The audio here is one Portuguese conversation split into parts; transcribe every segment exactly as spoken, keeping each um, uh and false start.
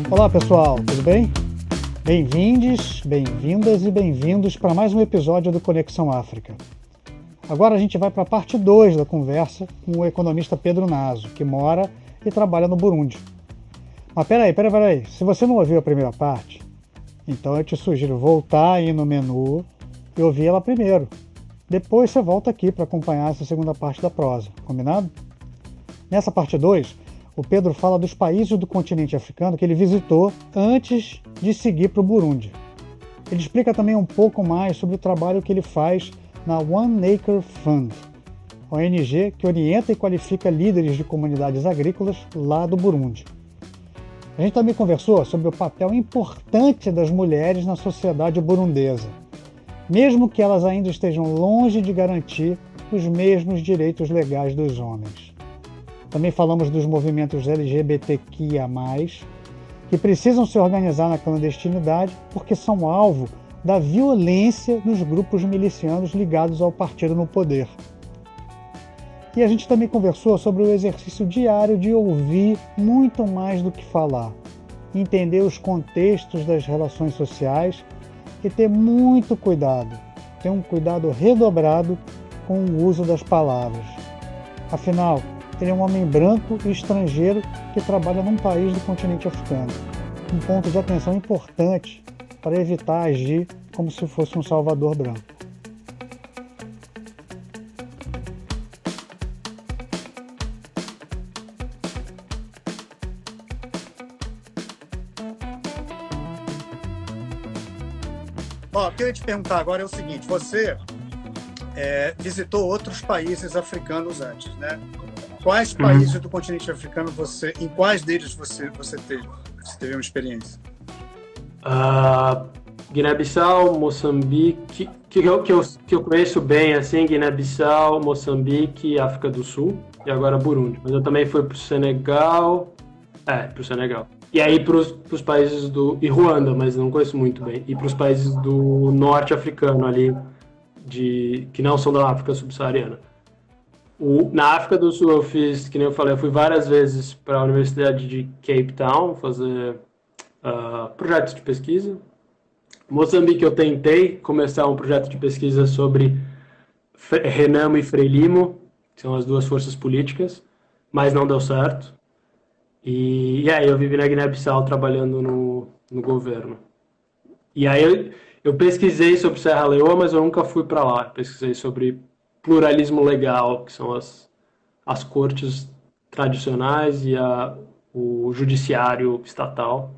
Olá pessoal, tudo bem? Bem-vindes, bem-vindas e bem-vindos para mais um episódio do Conexão África. Agora a gente vai para a parte dois da conversa com o economista Pedro Naso, que mora e trabalha no Burundi. Mas peraí, peraí, peraí, se você não ouviu a primeira parte, então eu te sugiro voltar aí no menu e ouvir ela primeiro. Depois você volta aqui para acompanhar essa segunda parte da prosa, combinado? Nessa parte dois, o Pedro fala dos países do continente africano que ele visitou antes de seguir para o Burundi. Ele explica também um pouco mais sobre o trabalho que ele faz na One Acre Fund, O N G que orienta e qualifica líderes de comunidades agrícolas lá do Burundi. A gente também conversou sobre o papel importante das mulheres na sociedade burundesa, mesmo que elas ainda estejam longe de garantir os mesmos direitos legais dos homens. Também falamos dos movimentos L G B T Q I A mais, que precisam se organizar na clandestinidade porque são alvo da violência dos grupos milicianos ligados ao partido no poder. E a gente também conversou sobre o exercício diário de ouvir muito mais do que falar, entender os contextos das relações sociais e ter muito cuidado, ter um cuidado redobrado com o uso das palavras. Afinal, ele é um homem branco e estrangeiro que trabalha num país do continente africano. Um ponto de atenção importante para evitar agir como se fosse um salvador branco. Ó, o que eu ia te perguntar agora é o seguinte, você é, visitou outros países africanos antes, né? Quais países uhum. do continente africano você, em quais deles você você teve, você teve uma experiência? Uh, Guiné-Bissau, Moçambique, que eu, que, eu, que eu conheço bem, assim, Guiné-Bissau, Moçambique, África do Sul e agora Burundi. Mas eu também fui para o Senegal, é, para o Senegal. E aí para os países do... e Ruanda, mas não conheço muito bem. E para os países do norte africano ali, de, que não são da África subsaariana. O, na África do Sul eu fiz, que nem eu falei, eu fui várias vezes para a Universidade de Cape Town fazer uh, projetos de pesquisa. Moçambique eu tentei começar um projeto de pesquisa sobre Renamo e Frelimo, que são as duas forças políticas, mas não deu certo. E, e aí eu vivi na Guiné-Bissau trabalhando no, no governo. E aí eu, eu pesquisei sobre Serra Leoa, mas eu nunca fui para lá. Pesquisei sobre pluralismo legal, que são as, as cortes tradicionais e a, o judiciário estatal.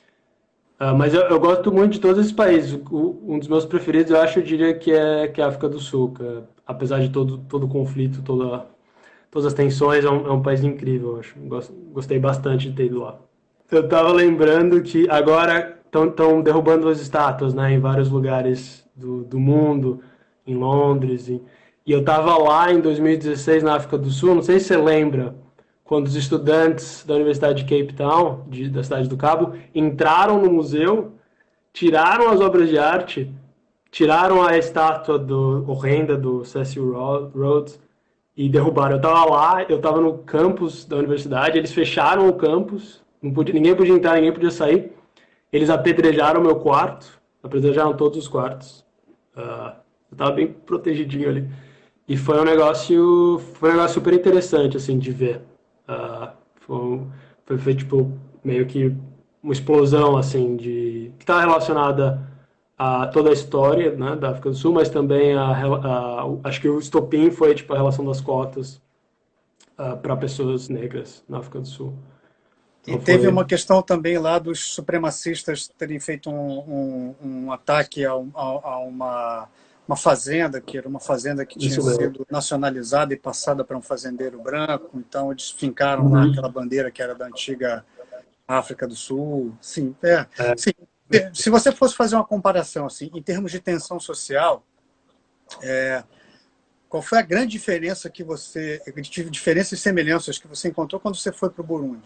Uh, mas eu, eu gosto muito de todos esses países. O, um dos meus preferidos, eu acho, eu diria que é, que é a África do Sul, que, apesar de todo, todo o conflito, toda, todas as tensões, é um, é um país incrível, eu acho. Gosto, gostei bastante de ter ido lá. Eu estava lembrando que agora estão derrubando as estátuas, né, em vários lugares do, do mundo, em Londres, e E eu estava lá em dois mil e dezesseis na África do Sul, não sei se você lembra, quando os estudantes da Universidade de Cape Town, de, da cidade do Cabo, entraram no museu, tiraram as obras de arte, tiraram a estátua do, horrenda do Cecil Rhodes e derrubaram. Eu estava lá, eu estava no campus da universidade, eles fecharam o campus, não podia, ninguém podia entrar, ninguém podia sair, eles apedrejaram o meu quarto, apedrejaram todos os quartos. Uh, eu estava bem protegidinho ali. E foi um negócio, foi um negócio super interessante, assim, de ver. Uh, foi, foi, foi, tipo, meio que uma explosão, assim, de, que está relacionada a toda a história, né, da África do Sul, mas também, a, a, acho que o estopim foi, tipo, a relação das cotas uh, para pessoas negras na África do Sul. Então, e teve foi... uma questão também lá dos supremacistas terem feito um, um, um ataque a, a, a uma... uma fazenda, que era uma fazenda que tinha sido nacionalizada e passada para um fazendeiro branco, então eles fincaram uhum. lá aquela bandeira que era da antiga África do Sul. Sim, é, é. Sim. Se você fosse fazer uma comparação assim, em termos de tensão social, é, qual foi a grande diferença que você, diferenças e semelhanças que você encontrou quando você foi para o Burundi?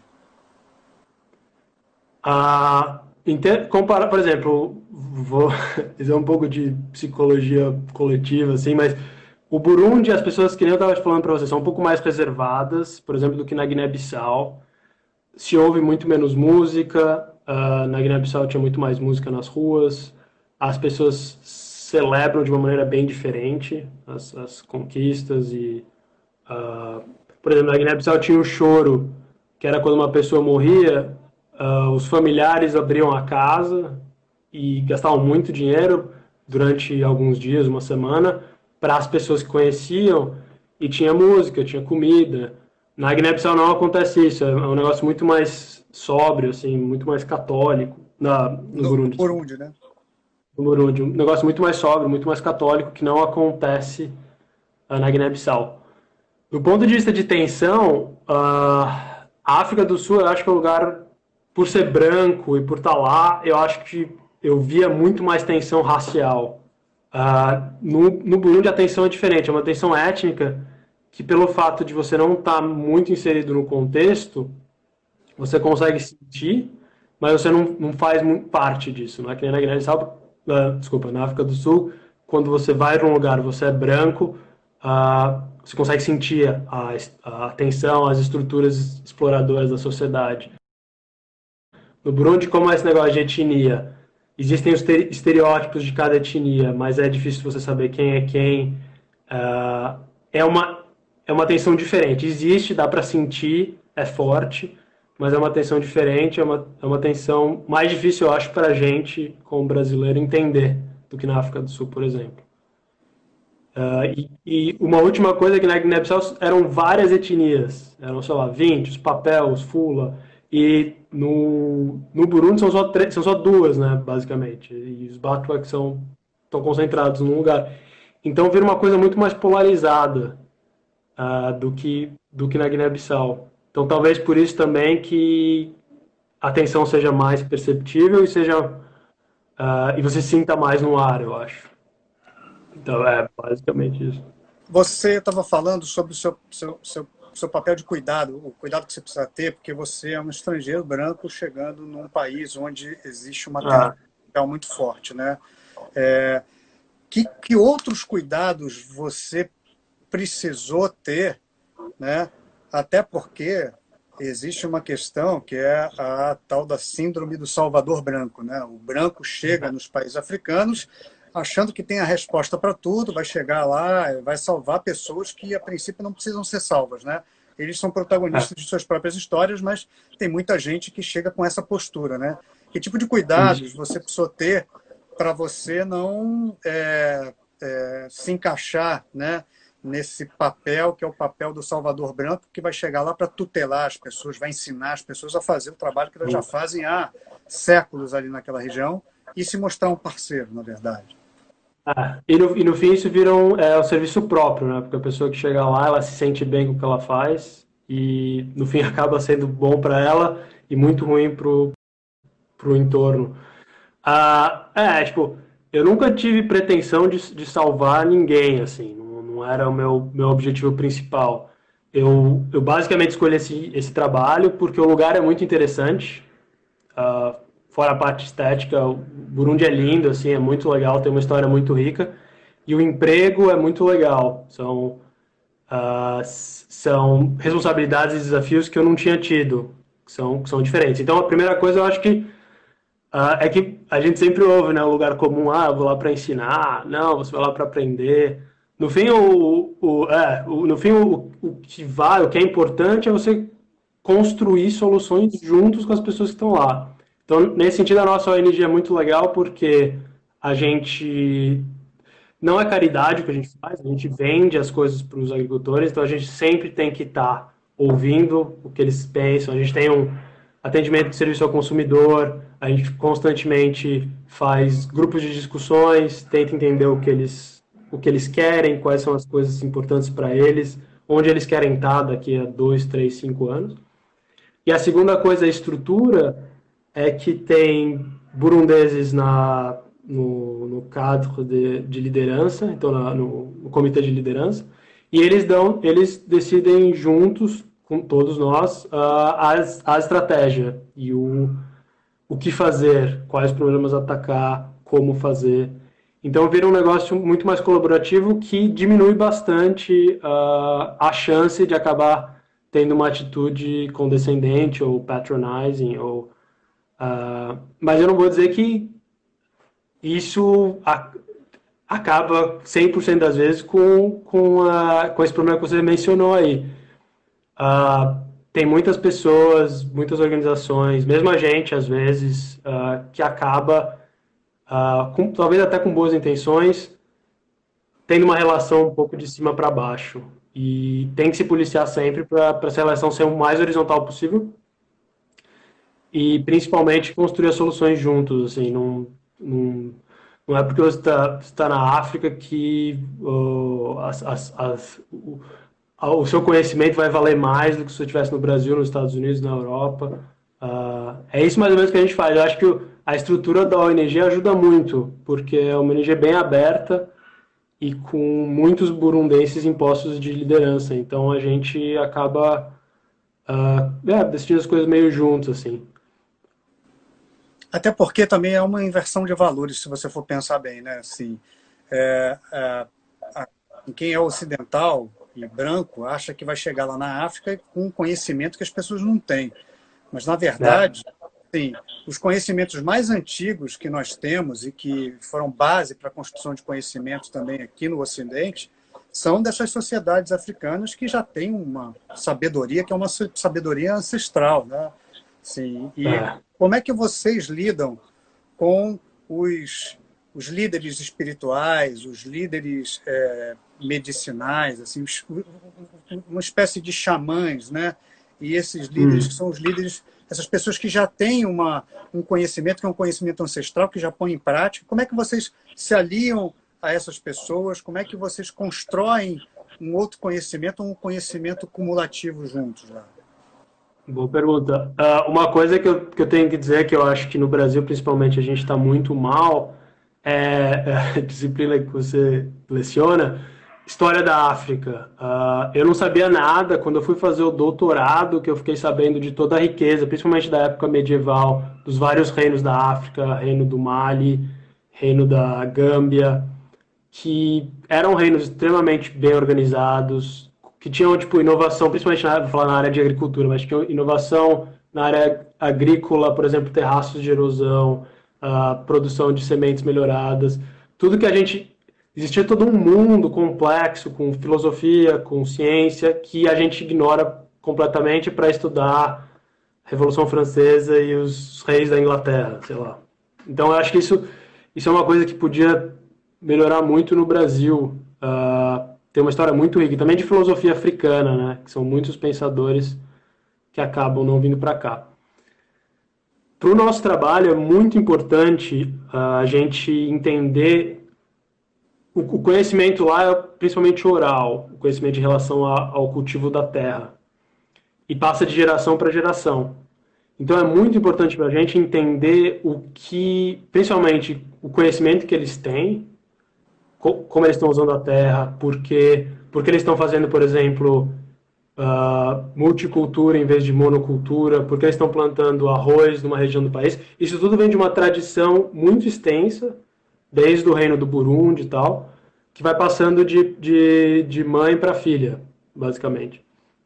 Ah... Comparar, por exemplo, vou dizer um pouco de psicologia coletiva, assim, mas o Burundi, as pessoas que nem eu estava falando para você, são um pouco mais reservadas, por exemplo, do que na Guiné-Bissau. Se ouve muito menos música, Uh, na Guiné-Bissau tinha muito mais música nas ruas, as pessoas celebram de uma maneira bem diferente as, as conquistas e, uh, por exemplo, na Guiné-Bissau tinha o choro, que era quando uma pessoa morria, uh, os familiares abriam a casa e gastavam muito dinheiro durante alguns dias, uma semana, para as pessoas que conheciam, e tinha música, tinha comida. Na Guiné-Bissau não acontece isso, é um negócio muito mais sóbrio, assim, muito mais católico. Na, no, no Burundi. Burundi, né? No Burundi, um negócio muito mais sóbrio, muito mais católico, que não acontece uh, na Guiné-Bissau. Do ponto de vista de tensão, uh, a África do Sul, eu acho que é um lugar, por ser branco e por estar lá, eu acho que eu via muito mais tensão racial. Uh, no, no Burundi a tensão é diferente, é uma tensão étnica que, pelo fato de você não estar muito inserido no contexto, você consegue sentir, mas você não, não faz muito parte disso. Não é que nem na Guiné-Bissau, uh, desculpa, na África do Sul, quando você vai para um lugar, você é branco, uh, você consegue sentir a, a tensão, as estruturas exploradoras da sociedade. No Burundi, como é esse negócio de etnia? Existem os estereótipos de cada etnia, mas é difícil você saber quem é quem. Uh, é, uma, é uma tensão diferente. Existe, dá para sentir, é forte, mas é uma tensão diferente, é uma, é uma tensão mais difícil, eu acho, para a gente, como brasileiro, entender do que na África do Sul, por exemplo. Uh, e, e uma última coisa que na Guiné-Bissau eram várias etnias, eram, sei lá, vinte, os Papel, os Fula, e no, no Burundi são só, três, são só duas, né, basicamente, e os Batwa que são, estão concentrados num lugar. Então vira uma coisa muito mais polarizada uh, do, que, do que na Guiné-Bissau. Então talvez por isso também que a tensão seja mais perceptível e, seja, uh, e você sinta mais no ar, eu acho. Então, é basicamente isso. Você estava falando sobre o seu, seu, seu, seu papel de cuidado, o cuidado que você precisa ter, porque você é um estrangeiro branco chegando num país onde existe uma ah. tensão muito forte, né? É, que, que outros cuidados você precisou ter, né? Até porque existe uma questão que é a tal da síndrome do Salvador Branco, né? O branco chega nos países africanos achando que tem a resposta para tudo, vai chegar lá, vai salvar pessoas que, a princípio, não precisam ser salvas, né? Eles são protagonistas de suas próprias histórias, mas tem muita gente que chega com essa postura, né? Que tipo de cuidados você precisou ter para você não é, é, se encaixar, né, nesse papel, que é o papel do Salvador Branco, que vai chegar lá para tutelar as pessoas, vai ensinar as pessoas a fazer o trabalho que elas já fazem há séculos ali naquela região e se mostrar um parceiro, na verdade. Ah, e, no, e no fim isso vira um, é, um serviço próprio, né? Porque a pessoa que chega lá, ela se sente bem com o que ela faz e no fim acaba sendo bom para ela e muito ruim pro, pro entorno. Ah, é, tipo, eu nunca tive pretensão de, de salvar ninguém, assim, não, não era o meu, meu objetivo principal. Eu, eu basicamente escolhi esse, esse trabalho porque o lugar é muito interessante. Uh, fora a parte estética, o Burundi é lindo, assim, é muito legal, tem uma história muito rica, e o emprego é muito legal, são, uh, são responsabilidades e desafios que eu não tinha tido, que são, que são diferentes. Então, a primeira coisa, eu acho que uh, é que a gente sempre ouve, né, o lugar comum, ah, eu vou lá para ensinar, não, você vai lá para aprender. No fim, o, o, é, o, no fim o, o que vai, o que é importante é você construir soluções juntos com as pessoas que estão lá. Então, nesse sentido, a nossa O N G é muito legal porque a gente não é caridade o que a gente faz, a gente vende as coisas para os agricultores, então a gente sempre tem que estar ouvindo o que eles pensam. A gente tem um atendimento de serviço ao consumidor, a gente constantemente faz grupos de discussões, tenta entender o que eles, o que eles querem, quais são as coisas importantes para eles, onde eles querem estar daqui a dois, três, cinco anos. E a segunda coisa, a estrutura, é que tem burundeses na, no, no cadro de, de liderança, então na, no, no comitê de liderança, e eles, dão, eles decidem juntos, com todos nós, uh, a, a estratégia e o, o que fazer, quais problemas atacar, como fazer. Então vira um negócio muito mais colaborativo que diminui bastante uh, a chance de acabar tendo uma atitude condescendente ou patronizing ou Uh, mas eu não vou dizer que isso a, acaba cem por cento das vezes com, com, a, com esse problema que você mencionou aí. Uh, tem muitas pessoas, muitas organizações, mesmo a gente, às vezes, uh, que acaba, uh, com, talvez até com boas intenções, tendo uma relação um pouco de cima para baixo. E tem que se policiar sempre para essa relação ser o mais horizontal possível e, principalmente, construir as soluções juntos. Assim, não, não, não é porque você está tá na África que uh, as, as, as, o, o seu conhecimento vai valer mais do que se você estivesse no Brasil, nos Estados Unidos, na Europa. Uh, é isso mais ou menos que a gente faz. Eu acho que a estrutura da O N G ajuda muito, porque é uma O N G bem aberta e com muitos burundenses em postos de liderança. Então a gente acaba uh, é, decidindo as coisas meio juntos, assim. Até porque também é uma inversão de valores, se você for pensar bem, né? Assim, é, é, a, quem é ocidental e branco acha que vai chegar lá na África com um conhecimento que as pessoas não têm. Mas, na verdade, é. sim, os conhecimentos mais antigos que nós temos e que foram base para a construção de conhecimentos também aqui no Ocidente são dessas sociedades africanas que já têm uma sabedoria, que é uma sabedoria ancestral, né? Sim, e é. Como é que vocês lidam com os, os líderes espirituais, os líderes é, medicinais, assim, uma espécie de xamãs, né? E esses líderes hum. que são os líderes, essas pessoas que já têm uma, um conhecimento, que é um conhecimento ancestral, que já põem em prática. Como é que vocês se aliam a essas pessoas? Como é que vocês constroem um outro conhecimento, um conhecimento cumulativo juntos lá? Boa pergunta. Uh, uma coisa que eu, que eu tenho que dizer, que eu acho que no Brasil, principalmente, a gente está muito mal, é a disciplina que você leciona, História da África. Uh, eu não sabia nada quando eu fui fazer o doutorado, que eu fiquei sabendo de toda a riqueza, principalmente da época medieval, dos vários reinos da África, reino do Mali, reino da Gâmbia, que eram reinos extremamente bem organizados, que tinham, tipo, inovação, principalmente na, vou falar na área de agricultura, mas tinham inovação na área agrícola, por exemplo, terraços de erosão, uh, produção de sementes melhoradas, tudo que a gente... Existia todo um mundo complexo, com filosofia, com ciência, que a gente ignora completamente para estudar a Revolução Francesa e os reis da Inglaterra, sei lá. Então, eu acho que isso, isso é uma coisa que podia melhorar muito no Brasil. Uh, tem uma história muito rica, e também de filosofia africana, né? Que são muitos pensadores que acabam não vindo para cá. Para o nosso trabalho, é muito importante uh, a gente entender... O conhecimento lá é principalmente oral, o conhecimento em relação a, ao cultivo da terra. E passa de geração para geração. Então é muito importante para a gente entender o que, principalmente, o conhecimento que eles têm, co como eles estão usando a terra, porque, porque eles estão fazendo, por exemplo, uh, multicultura em vez de monocultura, porque eles estão plantando arroz numa região do país. Isso tudo vem de uma tradição muito extensa, desde o reino do Burundi e tal, que vai passando de, de, de mãe para filha, basicamente.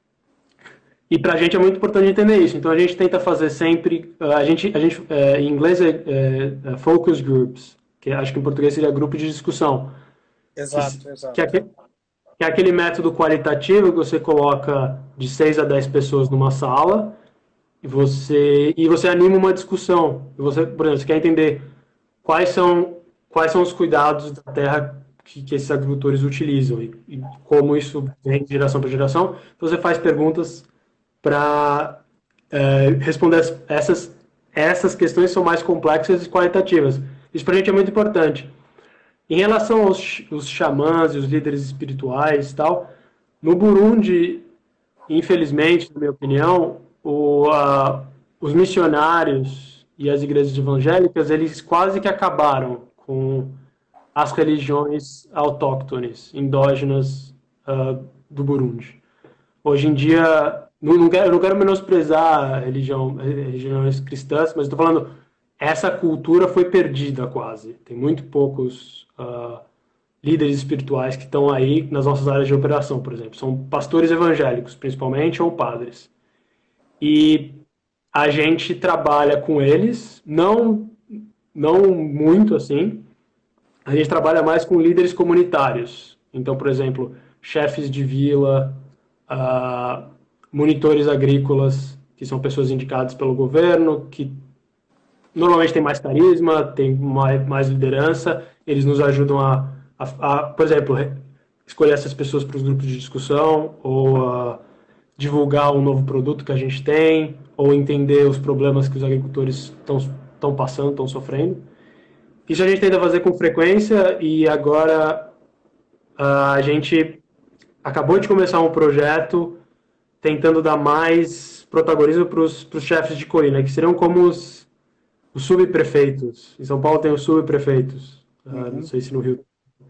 E para a gente é muito importante entender isso. Então a gente tenta fazer sempre, a gente, a gente é, em inglês é, é, é focus groups, que acho que em português seria grupo de discussão. Exato, que, exato. Que é, aquele, que é aquele método qualitativo que você coloca de seis a dez pessoas numa sala e você, e você anima uma discussão. E você, por exemplo, você quer entender quais são quais são os cuidados da terra que, que esses agricultores utilizam e, e como isso vem de geração para geração. Então você faz perguntas para é, responder essas, essas questões que são mais complexas e qualitativas. Isso para a gente é muito importante. Em relação aos os xamãs e os líderes espirituais e tal, no Burundi, infelizmente, na minha opinião, o, a, os missionários e as igrejas evangélicas, eles quase que acabaram com as religiões autóctones, endógenas uh, do Burundi. Hoje em dia, não, não quero, eu não quero menosprezar a religião, religiões cristãs, mas estou falando, essa cultura foi perdida quase. Tem muito poucos uh, líderes espirituais que estão aí nas nossas áreas de operação, por exemplo. São pastores evangélicos, principalmente, ou padres. E a gente trabalha com eles, não, não muito assim, a gente trabalha mais com líderes comunitários. Então, por exemplo, chefes de vila, uh, monitores agrícolas, que são pessoas indicadas pelo governo, que normalmente têm mais carisma, têm mais, mais liderança, eles nos ajudam a, a, a, por exemplo, escolher essas pessoas para os grupos de discussão, ou a divulgar um novo produto que a gente tem, ou entender os problemas que os agricultores estão passando, estão sofrendo. Isso a gente tenta fazer com frequência, e agora uh, a gente acabou de começar um projeto tentando dar mais protagonismo para os chefes de colina, que seriam como os, os subprefeitos. Em São Paulo tem os subprefeitos, uhum. uh, não sei se no Rio.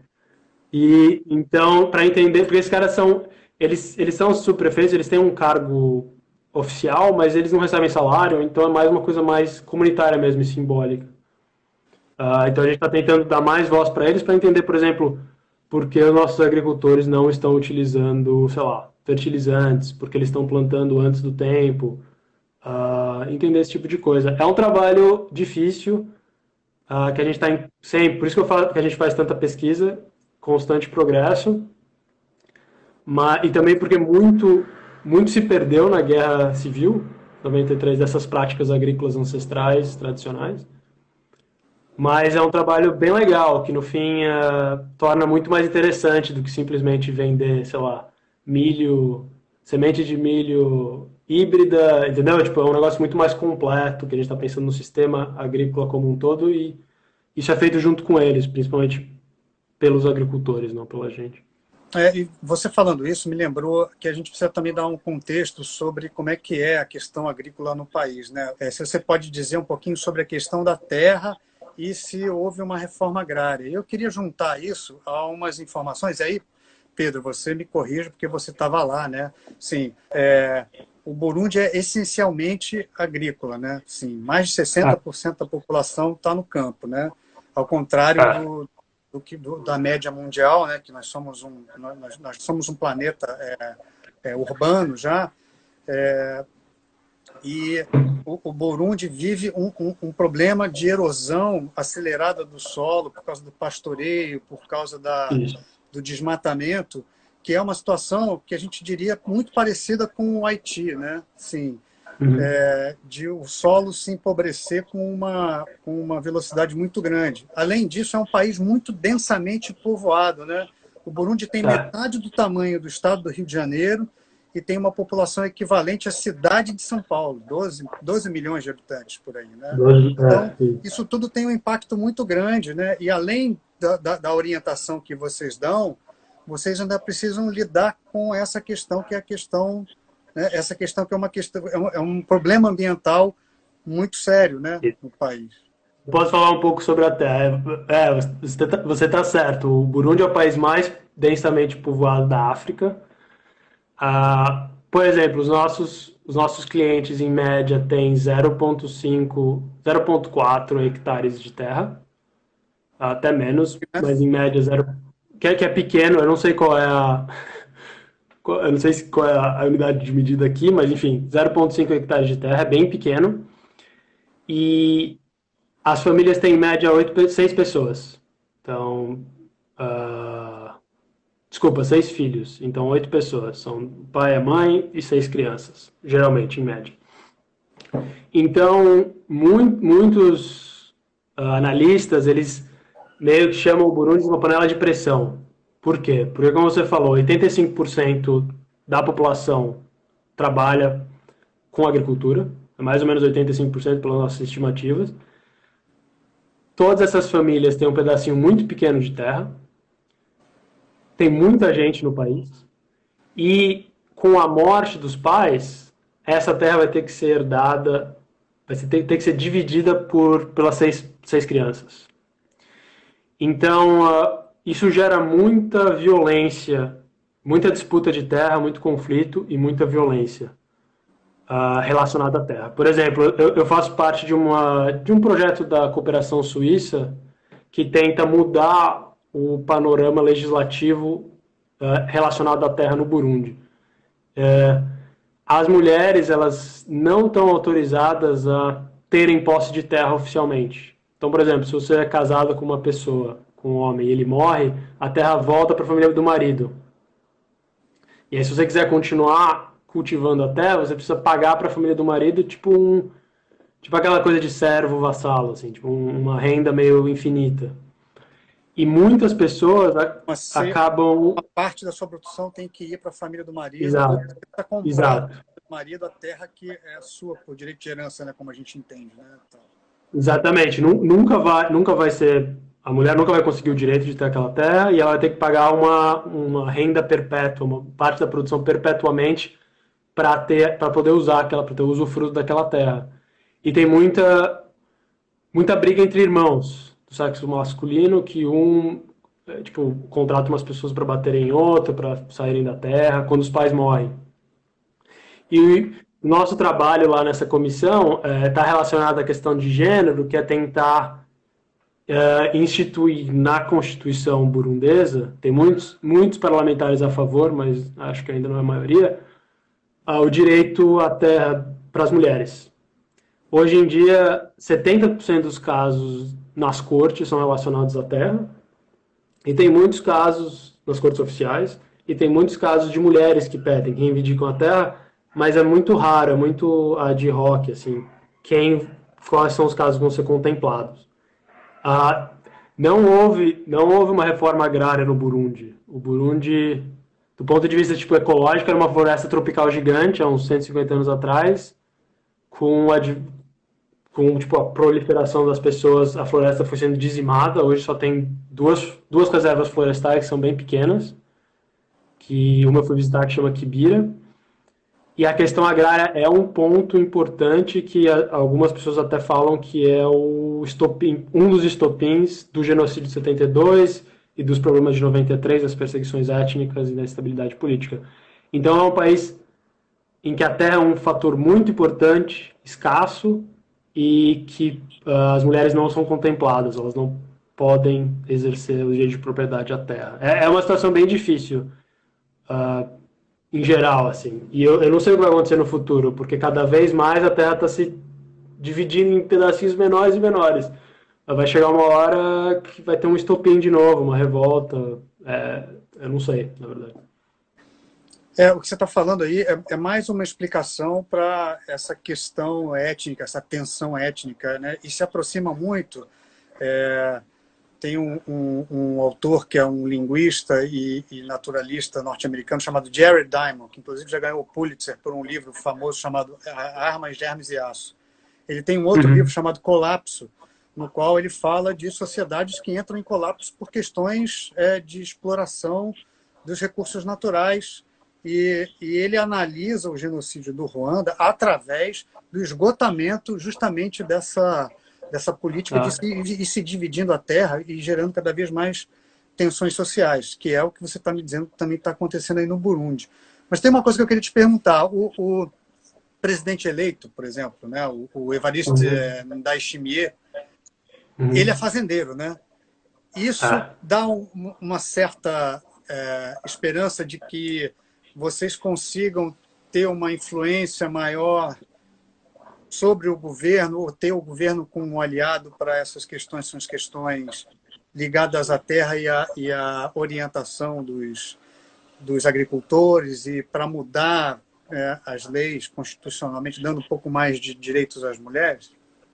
E então, para entender, porque esses caras são, eles, eles são os subprefeitos, eles têm um cargo oficial, mas eles não recebem salário, então é mais uma coisa mais comunitária mesmo e simbólica. Uh, então a gente está tentando dar mais voz para eles, para entender, por exemplo, por que os nossos agricultores não estão utilizando, sei lá, fertilizantes, porque eles estão plantando antes do tempo, uh, entender esse tipo de coisa. É um trabalho difícil, uh, que a gente está sempre, por isso que eu falo que a gente faz tanta pesquisa, constante progresso, mas, e também porque muito, muito se perdeu na Guerra Civil, noventa e três, dessas práticas agrícolas ancestrais, tradicionais. Mas é um trabalho bem legal, que no fim uh, torna muito mais interessante do que simplesmente vender, sei lá, milho, semente de milho híbrida, entendeu? Tipo, é um negócio muito mais completo, que a gente está pensando no sistema agrícola como um todo, e isso é feito junto com eles, principalmente pelos agricultores, não pela gente. É, e você falando isso me lembrou que a gente precisa também dar um contexto sobre como é que é a questão agrícola no país, né? É, se você pode dizer um pouquinho sobre a questão da terra e se houve uma reforma agrária. Eu queria juntar isso a umas informações. Aí, Pedro, você me corrija, porque você estava lá, né? Sim, é, o Burundi é essencialmente agrícola, né? Sim, mais de sessenta por cento da população está no campo, né? Ao contrário do, do que, do, da média mundial, né? Que nós somos um, nós, nós somos um planeta é, é, urbano já, é, e o, o Burundi vive um, um, um problema de erosão acelerada do solo por causa do pastoreio, por causa da, do desmatamento, que é uma situação que a gente diria muito parecida com o Haiti, né? Sim, uhum. é, de o solo se empobrecer com uma, com uma velocidade muito grande. Além disso, é um país muito densamente povoado, né? O Burundi tem metade do tamanho do estado do Rio de Janeiro, e tem uma população equivalente à cidade de São Paulo, doze, doze milhões de habitantes por aí, né? Então, isso tudo tem um impacto muito grande, né? E além da, da, da orientação que vocês dão, vocês ainda precisam lidar com essa questão, que é a questão, né? Essa questão que é uma questão, é um, é um problema ambiental muito sério, né, no país. Posso falar um pouco sobre a terra? É, você está certo. O Burundi é o país mais densamente povoado da África. Ah, por exemplo, os nossos, os nossos clientes, em média, têm zero vírgula cinco, zero vírgula quatro hectares de terra, até menos, mas em média zero, que é, que é pequeno. Eu não sei qual é a eu não sei qual é a unidade de medida aqui, mas enfim, zero vírgula cinco hectares de terra, é bem pequeno, e as famílias têm em média oito, seis pessoas. Então, uh, Desculpa, seis filhos. Então, oito pessoas. São o pai, a mãe e seis crianças, geralmente, em média. Então, muito, muitos uh, analistas, eles meio que chamam o Burundi de uma panela de pressão. Por quê? Porque, como você falou, oitenta e cinco por cento da população trabalha com agricultura. É mais ou menos oitenta e cinco por cento pelas nossas estimativas. Todas essas famílias têm um pedacinho muito pequeno de terra. Tem muita gente no país, e com a morte dos pais, essa terra vai ter que ser herdada, vai ter, ter que ser dividida por, pelas seis, seis crianças. Então, uh, isso gera muita violência, muita disputa de terra, muito conflito e muita violência uh, relacionada à terra. Por exemplo, eu, eu faço parte de, uma, de um projeto da cooperação suíça que tenta mudar o panorama legislativo uh, relacionado à terra no Burundi. É, as mulheres, elas não estão autorizadas a terem posse de terra oficialmente. Então, por exemplo, se você é casado com uma pessoa, com um homem, e ele morre, a terra volta para a família do marido. E aí, se você quiser continuar cultivando a terra, você precisa pagar para a família do marido, tipo um, tipo aquela coisa de servo vassalo, assim, tipo um, uma renda meio infinita. E muitas pessoas Mas acabam... Uma parte da sua produção tem que ir para a família do marido. Exato. Você está comprando Exato. do marido a terra que é sua por direito de herança, né, como a gente entende, né? Então... Exatamente. Nunca vai, nunca vai ser... A mulher nunca vai conseguir o direito de ter aquela terra e ela vai ter que pagar uma, uma renda perpétua, uma parte da produção perpetuamente para ter, para poder usar aquela, para ter usufruto daquela terra. E tem muita, muita briga entre irmãos do sexo masculino, que um, tipo, contrata umas pessoas para baterem em outro, para saírem da terra, quando os pais morrem. E o nosso trabalho lá nessa comissão está é, relacionado à questão de gênero, que é tentar é, instituir na Constituição burundesa, tem muitos, muitos parlamentares a favor, mas acho que ainda não é a maioria, o direito à terra para as mulheres. Hoje em dia, setenta por cento dos casos nas cortes são relacionados à terra, e tem muitos casos nas cortes oficiais, e tem muitos casos de mulheres que pedem, que reivindicam a terra, mas é muito raro, é muito ad hoc, assim, quem, quais são os casos que vão ser contemplados. Ah, não houve, não houve uma reforma agrária no Burundi. O Burundi, do ponto de vista tipo, ecológico, era uma floresta tropical gigante, há uns cento e cinquenta anos atrás, com a, com, tipo, a proliferação das pessoas, a floresta foi sendo dizimada. Hoje só tem duas, duas reservas florestais que são bem pequenas, que uma eu fui visitar que chama Kibira. E a questão agrária é um ponto importante que algumas pessoas até falam que é o estopim, um dos estopins do genocídio de setenta e dois e dos problemas de noventa e três, das perseguições étnicas e da instabilidade política. Então é um país em que a terra é um fator muito importante, escasso, e que uh, as mulheres não são contempladas, elas não podem exercer o direito de propriedade à terra. É, é uma situação bem difícil, uh, em geral, assim. E eu, eu não sei o que vai acontecer no futuro, porque cada vez mais a Terra está se dividindo em pedacinhos menores e menores. Vai chegar uma hora que vai ter um estopim de novo, uma revolta. É, eu não sei, na verdade. É, o que você está falando aí é, é mais uma explicação para essa questão étnica, essa tensão étnica, né? E se aproxima muito... É... Tem um, um, um autor que é um linguista e, e naturalista norte-americano chamado Jared Diamond, que inclusive já ganhou o Pulitzer por um livro famoso chamado Armas, Germes e Aço. Ele tem um outro uhum. livro chamado Colapso, no qual ele fala de sociedades que entram em colapso por questões é, de exploração dos recursos naturais. E, e ele analisa o genocídio do Ruanda através do esgotamento justamente dessa... dessa política ah. de, se, de se dividindo a terra e gerando cada vez mais tensões sociais, que é o que você está me dizendo que também está acontecendo aí no Burundi. Mas tem uma coisa que eu queria te perguntar. O, o presidente eleito, por exemplo, né, o, o Evariste uhum. Ndayishimiye, uhum. ele é fazendeiro, né? Isso ah. dá um, uma certa é, esperança de que vocês consigam ter uma influência maior sobre o governo, ou ter o governo como um aliado para essas questões, são as questões ligadas à terra e à, e à orientação dos, dos agricultores, e para mudar é, as leis constitucionalmente, dando um pouco mais de direitos às mulheres?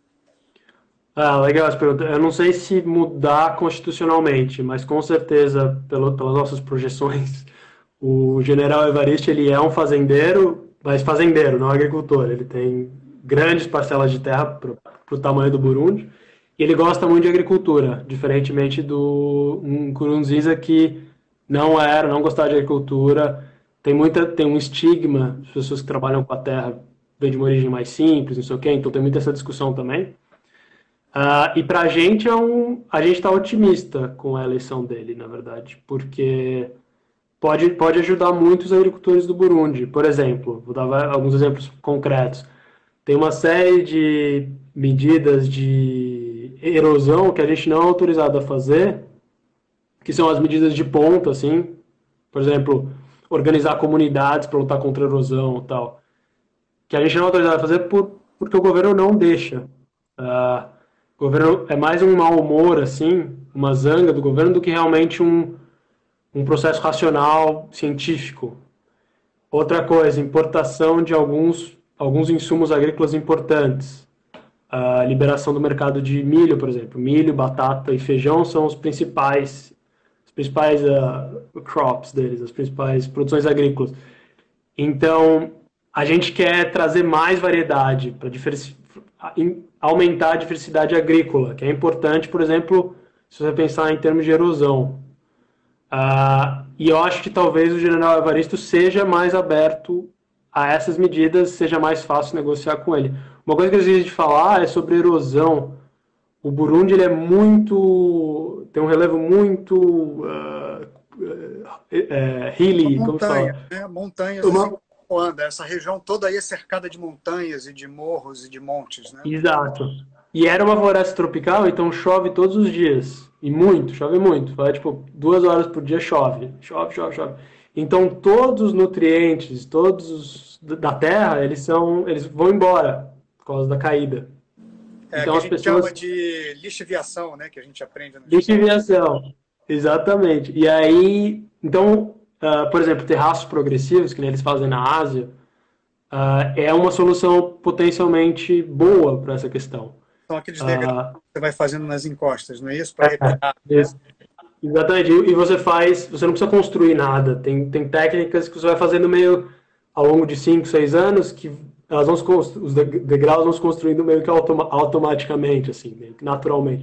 Ah, legal essa pergunta. Eu não sei se mudar constitucionalmente, mas com certeza, pelo, pelas nossas projeções, o general Evariste, ele é um fazendeiro, mas fazendeiro, não agricultor. Ele tem grandes parcelas de terra para o tamanho do Burundi, e ele gosta muito de agricultura, diferentemente do um Nkurunziza que não era, não gostava de agricultura. Tem, muita, tem um estigma, as pessoas que trabalham com a terra vêm de uma origem mais simples, não sei o quê, então tem muita essa discussão também. Uh, e para a gente, é um, a gente está otimista com a eleição dele, na verdade, porque pode, pode ajudar muito os agricultores do Burundi. Por exemplo, vou dar alguns exemplos concretos. Tem uma série de medidas de erosão que a gente não é autorizado a fazer, que são as medidas de ponta, assim, por exemplo, organizar comunidades para lutar contra a erosão e tal. que a gente não é autorizado a fazer por, porque o governo não deixa. Uh, o governo é mais um mau humor, assim, uma zanga do governo, do que realmente um, um processo racional, científico. Outra coisa, importação de alguns, alguns insumos agrícolas importantes. A liberação do mercado de milho, por exemplo. Milho, batata e feijão são os principais, os principais uh, crops deles, as principais produções agrícolas. Então, a gente quer trazer mais variedade para aumentar a diversidade agrícola, que é importante, por exemplo, se você pensar em termos de erosão. Uh, e eu acho que talvez o general Evaristo seja mais aberto a essas medidas, seja mais fácil negociar com ele. Uma coisa que eu esqueci de falar é sobre erosão. O Burundi ele é muito... tem um relevo muito... Uh, uh, uh, hilly, montanha, como fala? Né? Montanhas, Uma... anda. Essa região toda aí é cercada de montanhas e de morros e de montes, né? Exato. E era uma floresta tropical, então chove todos os dias. E muito, chove muito. Vai, tipo, duas horas por dia chove. Chove, chove, chove. Então todos os nutrientes, todos os da terra, eles são, eles vão embora por causa da caída. É, então que as a gente pessoas chama de lixiviação, né? Que a gente aprende no lixiviação. Exatamente. E aí, então, uh, por exemplo, terraços progressivos, que nem eles fazem na Ásia, uh, é uma solução potencialmente boa para essa questão. São aqueles degraus uh, que você vai fazendo nas encostas, não é isso? Para é, recuperar. Né? Exatamente. E você faz, você não precisa construir nada. Tem, tem técnicas que você vai fazendo meio ao longo de cinco, seis anos, que elas vão se, os degraus vão se construindo meio que automa, automaticamente, assim, meio que naturalmente.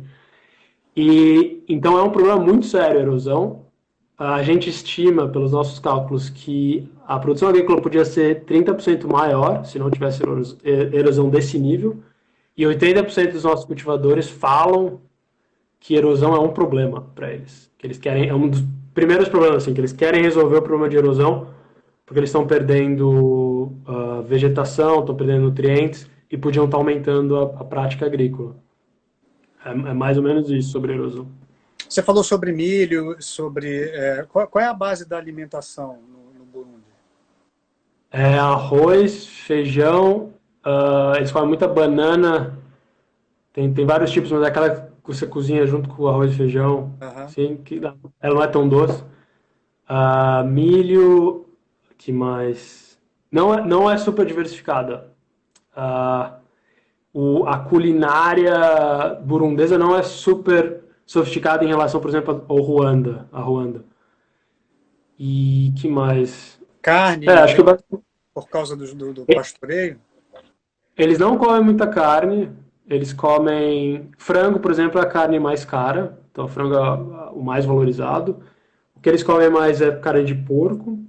E então é um problema muito sério a erosão. A gente estima, pelos nossos cálculos, que a produção agrícola podia ser trinta por cento maior se não tivesse erosão desse nível. E oitenta por cento dos nossos cultivadores falam que erosão é um problema para eles. Que eles querem, é um dos primeiros problemas, assim, que eles querem resolver o problema de erosão, porque eles estão perdendo uh, vegetação, estão perdendo nutrientes e podiam estar aumentando a, a prática agrícola. É, é mais ou menos isso sobre erosão. Você falou sobre milho, sobre... É, qual, qual é a base da alimentação no, no Burundi? É arroz, feijão, uh, eles comem muita banana, tem, tem vários tipos, mas é aquela que você cozinha junto com o arroz e feijão, uhum. assim, que ela não é tão doce. Uh, milho, que mais? Não é, não é super diversificada. Uh, o, a culinária burundesa não é super sofisticada em relação, por exemplo, ao Ruanda, a Ruanda. E que mais? Carne, é, acho né? que... por causa do, do, do pastoreio? Eles não comem muita carne, eles comem... Frango, por exemplo, é a carne mais cara, então o frango é o mais valorizado. O que eles comem mais é carne de porco.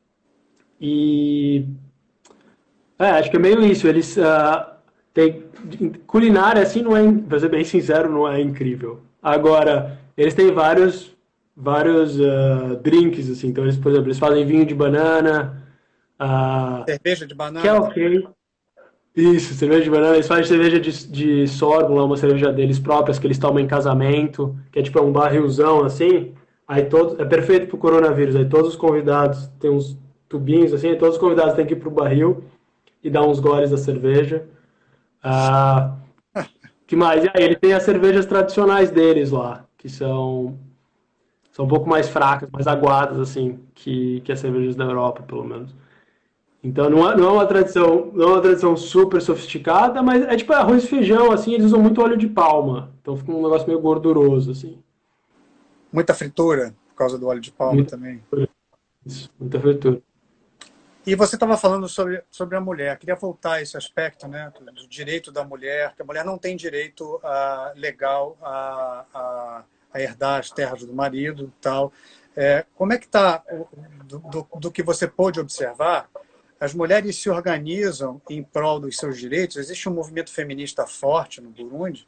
E... É, acho que é meio isso. Eles uh, têm... Culinária, assim, não é... Pra ser bem sincero, não é incrível. Agora, eles têm vários, vários uh, drinks, assim. Então, eles, por exemplo, eles fazem vinho de banana. Uh, cerveja de banana. Que é ok. Isso, cerveja de banana. Eles fazem cerveja de, de sorgo, lá, uma cerveja deles próprias, que eles tomam em casamento. Que é tipo um barrilzão, assim. Aí todos, é perfeito pro coronavírus. Aí todos os convidados têm uns tubinhos, assim. Aí todos os convidados têm que ir pro barril e dar uns goles da cerveja. Ah... Uh, que mais? E aí, ele tem as cervejas tradicionais deles lá, que são, são um pouco mais fracas, mais aguadas, assim, que, que as cervejas da Europa, pelo menos. Então, não é, não é uma tradição, não é uma tradição super sofisticada, mas é tipo arroz e feijão, assim, eles usam muito óleo de palma. Então, fica um negócio meio gorduroso, assim. Muita fritura, por causa do óleo de palma muita também. Fritura. Isso, muita fritura. E você estava falando sobre, sobre a mulher. Queria voltar a esse aspecto, né, do direito da mulher, que a mulher não tem direito uh, legal a, a, a herdar as terras do marido e tal. É, como é que está, do, do, do que você pôde observar, as mulheres se organizam em prol dos seus direitos? Existe um movimento feminista forte no Burundi?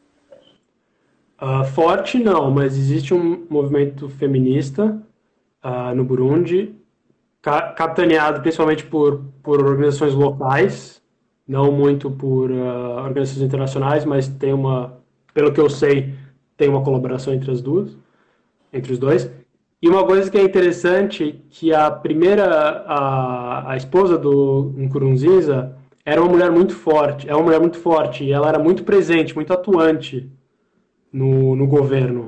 Uh, forte não, mas existe um movimento feminista uh, no Burundi, capitaneado principalmente por, por organizações locais, não muito por uh, organizações internacionais, mas tem uma, pelo que eu sei, tem uma colaboração entre as duas, entre os dois. E uma coisa que é interessante, que a primeira, a, a esposa do Nkurunziza, era uma mulher muito forte, é uma mulher muito forte, e ela era muito presente, muito atuante no, no governo.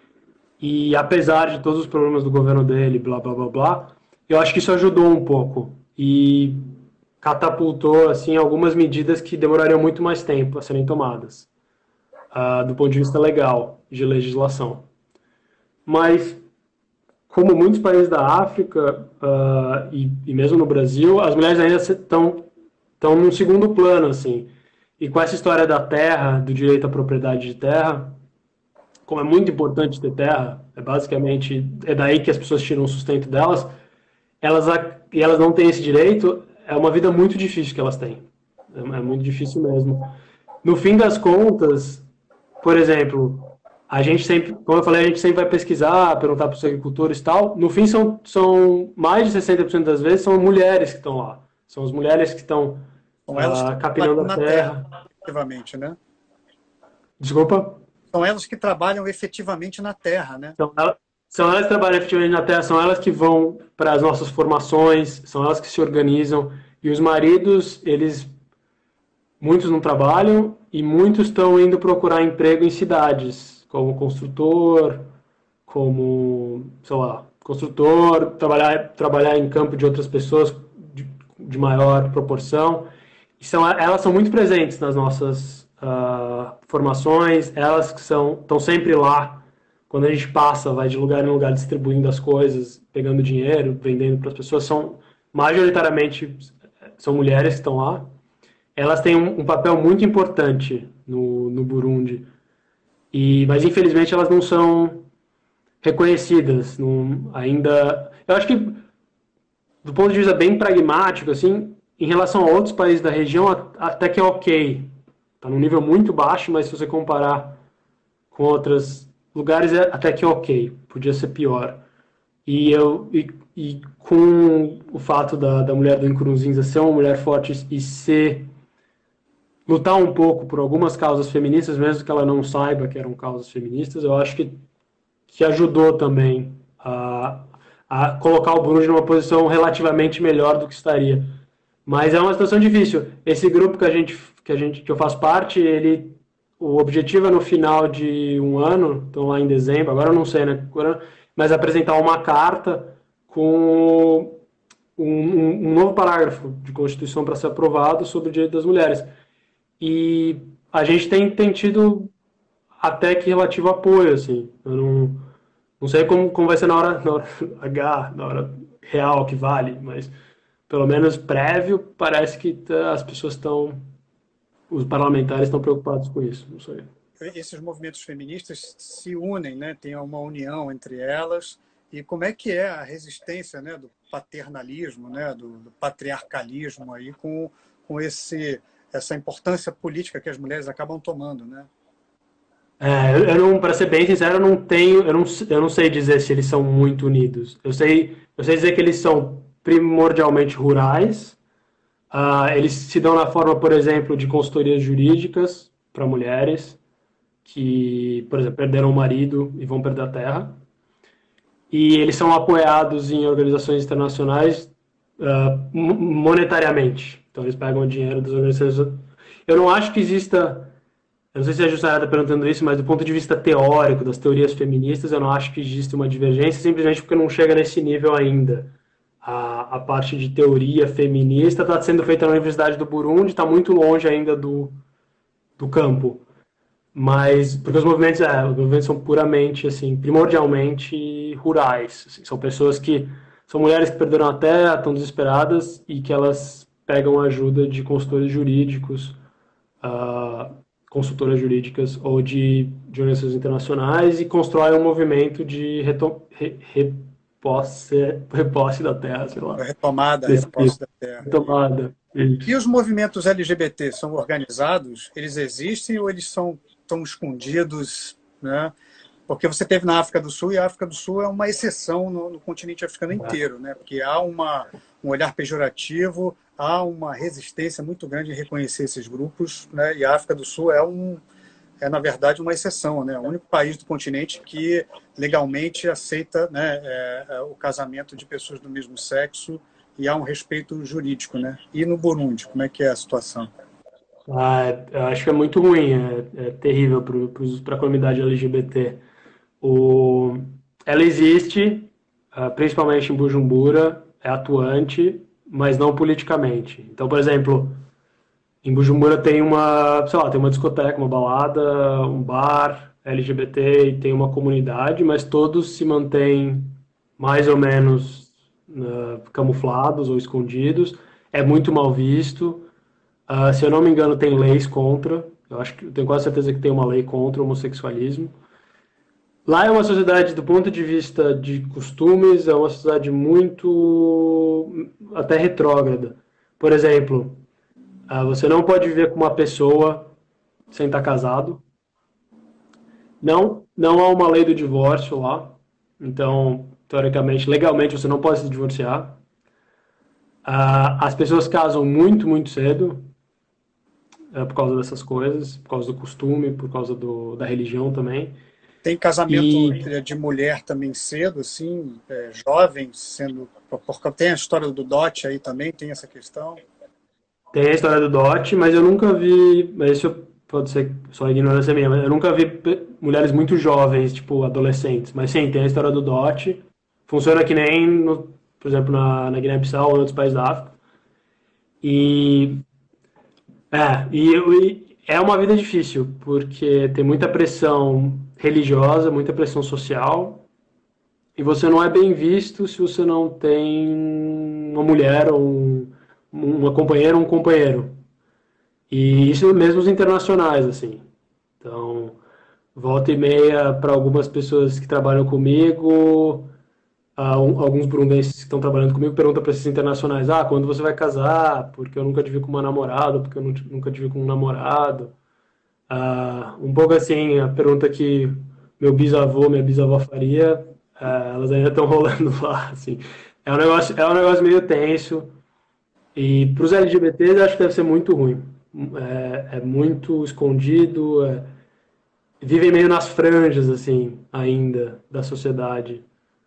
E apesar de todos os problemas do governo dele, blá, blá, blá, blá, eu acho que isso ajudou um pouco. E catapultou, assim, algumas medidas que demorariam muito mais tempo a serem tomadas, uh, do ponto de vista legal, de legislação. Mas, como muitos países da África, uh, e, e mesmo no Brasil, as mulheres ainda estão estão num segundo plano, assim. E com essa história da terra, do direito à propriedade de terra, como é muito importante ter terra, é basicamente, é daí que as pessoas tiram o sustento delas, elas, e elas não têm esse direito, é uma vida muito difícil que elas têm. É, é muito difícil mesmo. No fim das contas, por exemplo, a gente sempre, como eu falei, a gente sempre vai pesquisar, perguntar para os agricultores e tal. No fim, são, são mais de sessenta por cento das vezes são mulheres que estão lá. São as mulheres que estão São elas uh, que capinando a na terra. terra, efetivamente, né? Desculpa? São elas que trabalham efetivamente na terra, né? São elas, são elas que trabalham efetivamente na terra, são elas que vão para as nossas formações, são elas que se organizam. E os maridos, eles, muitos não trabalham e muitos estão indo procurar emprego em cidades, como construtor, como, sei lá, construtor, trabalhar, trabalhar em campo de outras pessoas de, de maior proporção. E são, elas são muito presentes nas nossas uh, formações, elas que são, estão sempre lá. Quando a gente passa, vai de lugar em lugar distribuindo as coisas, pegando dinheiro, vendendo para as pessoas, são majoritariamente são mulheres que estão lá. Elas têm um, um papel muito importante no, no Burundi, e, mas infelizmente elas não são reconhecidas. Não, ainda, eu acho que do ponto de vista bem pragmático, assim, em relação a outros países da região, até que é ok. Está num nível muito baixo, mas se você comparar com outros lugares, é até que ok. Podia ser pior. E, eu, e, e com o fato da, da mulher do Nkurunziza ser uma mulher forte e ser, lutar um pouco por algumas causas feministas, mesmo que ela não saiba que eram causas feministas, eu acho que, que ajudou também a, a colocar o Burundi numa posição relativamente melhor do que estaria. Mas é uma situação difícil. Esse grupo que a gente, que a gente, que eu faço parte, ele, o objetivo é no final de um ano, então lá em dezembro, agora eu não sei, né? Mas apresentar uma carta com um, um, um novo parágrafo de Constituição para ser aprovado sobre o direito das mulheres. E a gente tem, tem tido até que relativo apoio, assim. Eu não, não sei como, como vai ser na hora, na hora H, na hora real que vale, mas pelo menos prévio, parece que as pessoas estão, os parlamentares estão preocupados com isso, não sei. Esses movimentos feministas se unem, né? Tem uma união entre elas. E como é que é a resistência, né, do paternalismo, né, do, do patriarcalismo aí com, com esse, essa importância política que as mulheres acabam tomando, né? É, eu não, para ser bem sincero, eu não tenho, eu não, eu não sei dizer se eles são muito unidos. Eu sei, eu sei dizer que eles são primordialmente rurais. Uh, eles se dão na forma, por exemplo, de consultorias jurídicas para mulheres que, por exemplo, perderam o marido e vão perder a terra. E eles são apoiados em organizações internacionais uh, monetariamente. Então, eles pegam o dinheiro das organizações. Eu não acho que exista, eu não sei se a Jussara está perguntando isso, mas do ponto de vista teórico, das teorias feministas, eu não acho que existe uma divergência, simplesmente porque não chega nesse nível ainda. A, a parte de teoria feminista está sendo feita na Universidade do Burundi, está muito longe ainda do, do campo. Mas, porque os movimentos, é, os movimentos são puramente, assim, primordialmente rurais. Assim, são pessoas que, são mulheres que perderam a terra, estão desesperadas e que elas pegam ajuda de consultores jurídicos, uh, consultoras jurídicas ou de, de organizações internacionais e constroem um movimento de retom, re, reposse, reposse da terra, sei lá. Retomada, reposse tipo. da terra. Retomada. E os movimentos L G B T são organizados? Eles existem ou eles são tão escondidos, né? Porque você teve na África do Sul, e a África do Sul é uma exceção no, no continente africano inteiro, né? Porque há uma, um olhar pejorativo, há uma resistência muito grande em reconhecer esses grupos, né? E a África do Sul é, um, é na verdade, uma exceção, né? O único país do continente que legalmente aceita, né, é, é, o casamento de pessoas do mesmo sexo e há um respeito jurídico, né? E no Burundi, como é que é a situação? Ah, eu acho que é muito ruim, é, é terrível para a comunidade L G B T. O, ela existe, uh, principalmente em Bujumbura, é atuante, mas não politicamente. Então, por exemplo, em Bujumbura tem uma, sei lá, tem uma discoteca, uma balada, um bar L G B T e tem uma comunidade, mas todos se mantêm mais ou menos uh, camuflados ou escondidos. É muito mal visto. Uh, se eu não me engano, tem leis contra. Eu acho que eu tenho quase certeza que tem uma lei contra o homossexualismo. Lá é uma sociedade, do ponto de vista de costumes, é uma sociedade muito até retrógrada. Por exemplo, uh, você não pode viver com uma pessoa sem estar casado. Não, não há uma lei do divórcio lá. Então, teoricamente, legalmente, você não pode se divorciar. Uh, as pessoas casam muito, muito cedo. É, por causa dessas coisas, por causa do costume, por causa do, da religião também. Tem casamento e... de mulher também cedo, assim, é, jovem, sendo... Porque tem a história do dote aí também, tem essa questão? Tem a história do dote, mas eu nunca vi, mas isso pode ser só ignorância minha, mas eu nunca vi mulheres muito jovens, tipo adolescentes. Mas sim, tem a história do dote. Funciona que nem, no, por exemplo, na, na Guiné-Bissau ou em outros países da África. E... É, e, e é uma vida difícil, porque tem muita pressão religiosa, muita pressão social, e você não é bem visto se você não tem uma mulher, ou um, uma companheira ou um companheiro. E isso mesmo os internacionais, assim. Então, volta e meia para algumas pessoas que trabalham comigo, alguns burundenses que estão trabalhando comigo perguntam para esses internacionais, ah, quando você vai casar? Porque eu nunca tive com uma namorada, porque eu nunca tive com um namorado. Ah, um pouco assim, a pergunta que meu bisavô, minha bisavó faria, ah, elas ainda estão rolando lá, assim. É um negócio, é um negócio meio tenso. E para os L G B Ts, eu acho que deve ser muito ruim. É, é muito escondido, é, vivem meio nas franjas, assim, ainda, da sociedade.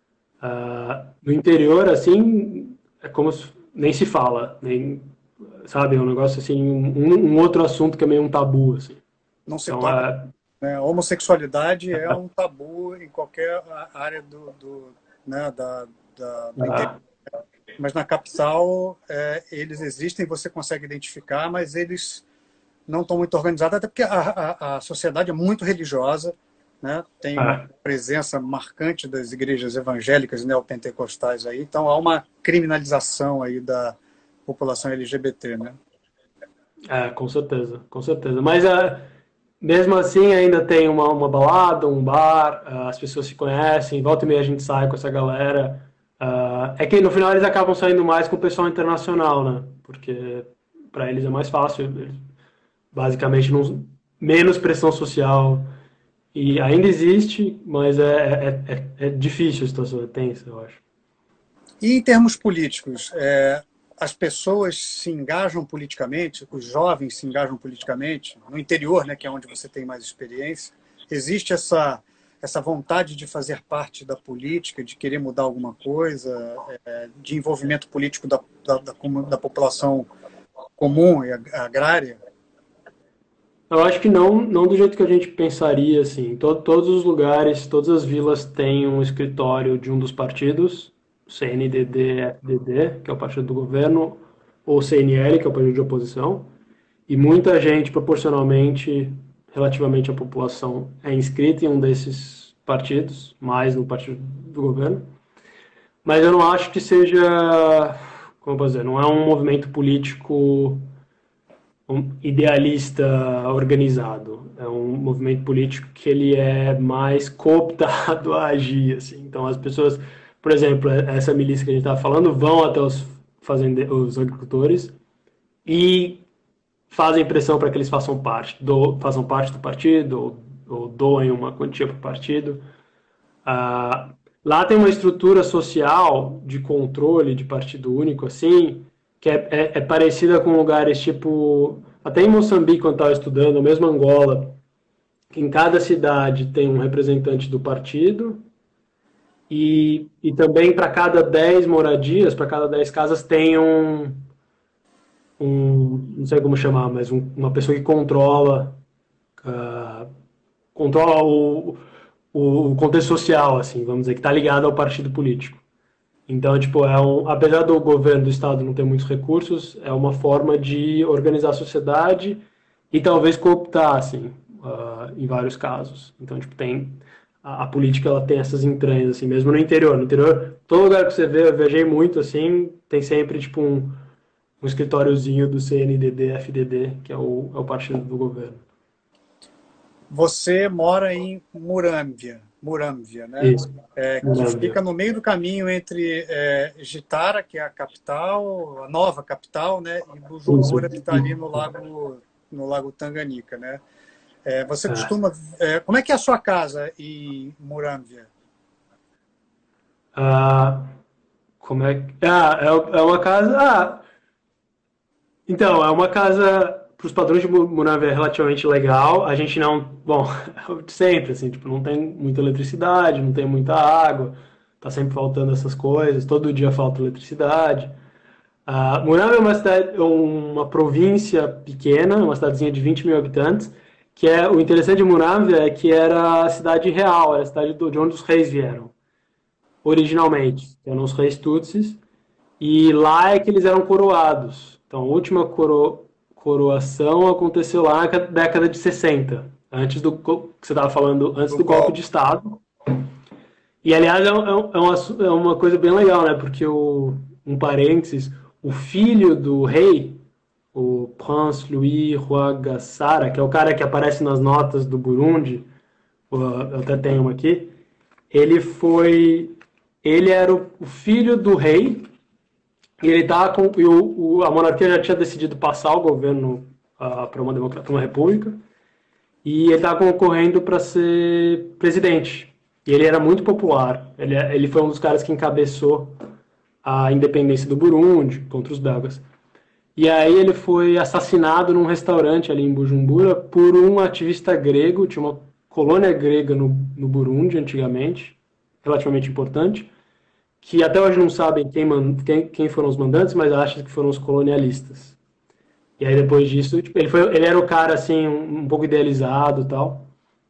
Uh, no interior, assim, é como se, nem se fala, nem, sabe, é um negócio assim, um, um outro assunto que é meio um tabu, assim. Não se então, toca. É... Né? A homossexualidade é um tabu em qualquer área do, do, né, da, da, do interior. Ah. Mas na capital, é, eles existem, você consegue identificar, mas eles não estão muito organizados, até porque a, a, a sociedade é muito religiosa. Né? Tem uma presença marcante das igrejas evangélicas e neopentecostais aí, então há uma criminalização aí da população L G B T, né? É, com certeza, com certeza. Mas é, mesmo assim ainda tem uma, uma balada, um bar, as pessoas se conhecem, volta e meia a gente sai com essa galera. Uh, é que no final eles acabam saindo mais com o pessoal internacional, né? Porque para eles é mais fácil, eles, basicamente não, menos pressão social. E ainda existe, mas é, é, é, é difícil a situação, é tensa, eu acho. E em termos políticos, é, as pessoas se engajam politicamente, os jovens se engajam politicamente, no interior, né, que é onde você tem mais experiência, existe essa, essa vontade de fazer parte da política, de querer mudar alguma coisa, é, de envolvimento político da, da, da, da população comum e agrária? Eu acho que não, não do jeito que a gente pensaria, assim. Todo, todos os lugares, todas as vilas têm um escritório de um dos partidos, C N D D F D D, que é o partido do governo, ou C N L, que é o partido de oposição, e muita gente, proporcionalmente, relativamente à população, é inscrita em um desses partidos, mais no partido do governo. Mas eu não acho que seja, como eu posso dizer, não é um movimento político um idealista organizado. É um movimento político que ele é mais cooptado a agir, assim. Então as pessoas, por exemplo, essa milícia que a gente estava falando, vão até os, fazende os agricultores e fazem pressão para que eles façam parte do, façam parte do partido ou, ou doem uma quantia para o partido. Ah, lá tem uma estrutura social de controle de partido único, assim, que é, é, é parecida com lugares tipo, até em Moçambique, quando estava estudando, ou mesmo Angola, que em cada cidade tem um representante do partido, E, e também para cada dez moradias, para cada dez casas, tem um, um, não sei como chamar, mas um, uma pessoa que controla, uh, controla o, o contexto social, assim, vamos dizer, que está ligado ao partido político. Então, tipo, é um, apesar do governo do estado não ter muitos recursos, é uma forma de organizar a sociedade e talvez cooptar, assim, uh, em vários casos. Então, tipo, tem a, a política, ela tem essas entranhas, assim, mesmo no interior. No interior, todo lugar que você vê, eu viajei muito, assim, tem sempre, tipo, um, um escritóriozinho do C N D D, F D D, que é o, é o partido do governo. Você mora em Murâmbia, Murâmbia, né? Isso. É, que Murâmbia. fica no meio do caminho entre é, Jitara, que é a capital, a nova capital, né? E Bujumbura, que está ali no lago, no lago Tanganica, né? É, você costuma... É, como é que é a sua casa em Murâmbia? Ah, como é que... Ah, é, é uma casa... Ah, então, é uma casa... Para os padrões de Murâmbia é relativamente legal. A gente não... Bom, sempre, assim, tipo, não tem muita eletricidade, não tem muita água. Tá sempre faltando essas coisas. Todo dia falta eletricidade. Uh, Murâmbia é uma cidade, uma província pequena, uma cidadezinha de vinte mil habitantes, que é o interessante de Murâmbia é que era a cidade real, era a cidade do, de onde os reis vieram, originalmente. Eram os reis Tutsis, e lá é que eles eram coroados. Então, a última coro, coroação aconteceu lá na década de sessenta, antes do que você estava falando, antes do golpe de Estado. E, aliás, é, um, é, uma, é uma coisa bem legal, né? Porque, o, um parênteses, o filho do rei, o Prince Louis Rwagasara, que é o cara que aparece nas notas do Burundi, eu até tenho uma aqui, ele foi... Ele era o, o filho do rei, e ele tá com... E o, o, a monarquia já tinha decidido passar o governo uh, para uma democracia, uma república, e ele estava concorrendo para ser presidente. E ele era muito popular. Ele, ele foi um dos caras que encabeçou a independência do Burundi contra os belgas. E aí ele foi assassinado num restaurante ali em Bujumbura por um ativista grego. Tinha uma colônia grega no, no Burundi antigamente, relativamente importante, que até hoje não sabem quem, quem, quem foram os mandantes, mas acham que foram os colonialistas. E aí depois disso, tipo, ele, foi, ele era o cara assim, um, um pouco idealizado e tal.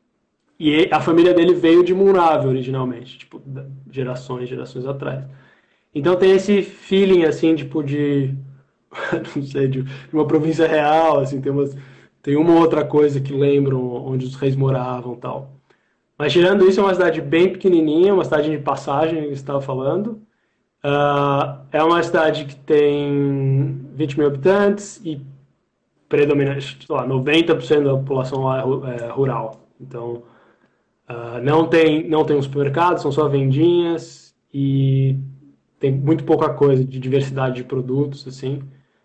E a família dele veio de Murâmbia originalmente, tipo, gerações, gerações atrás. Então tem esse feeling, assim, tipo, de... não sei, de uma província real, assim, tem, umas, tem uma outra coisa que lembram onde os reis moravam e tal. Mas tirando isso, é uma cidade bem pequenininha, uma cidade de passagem, que você estava falando. Uh, é uma cidade que tem vinte mil habitantes e predominante, sei lá, noventa por cento da população lá é rural. Então... Uh, não tem não tem um supermercado, são só vendinhas e tem muito pouca coisa de diversidade de produtos, assim.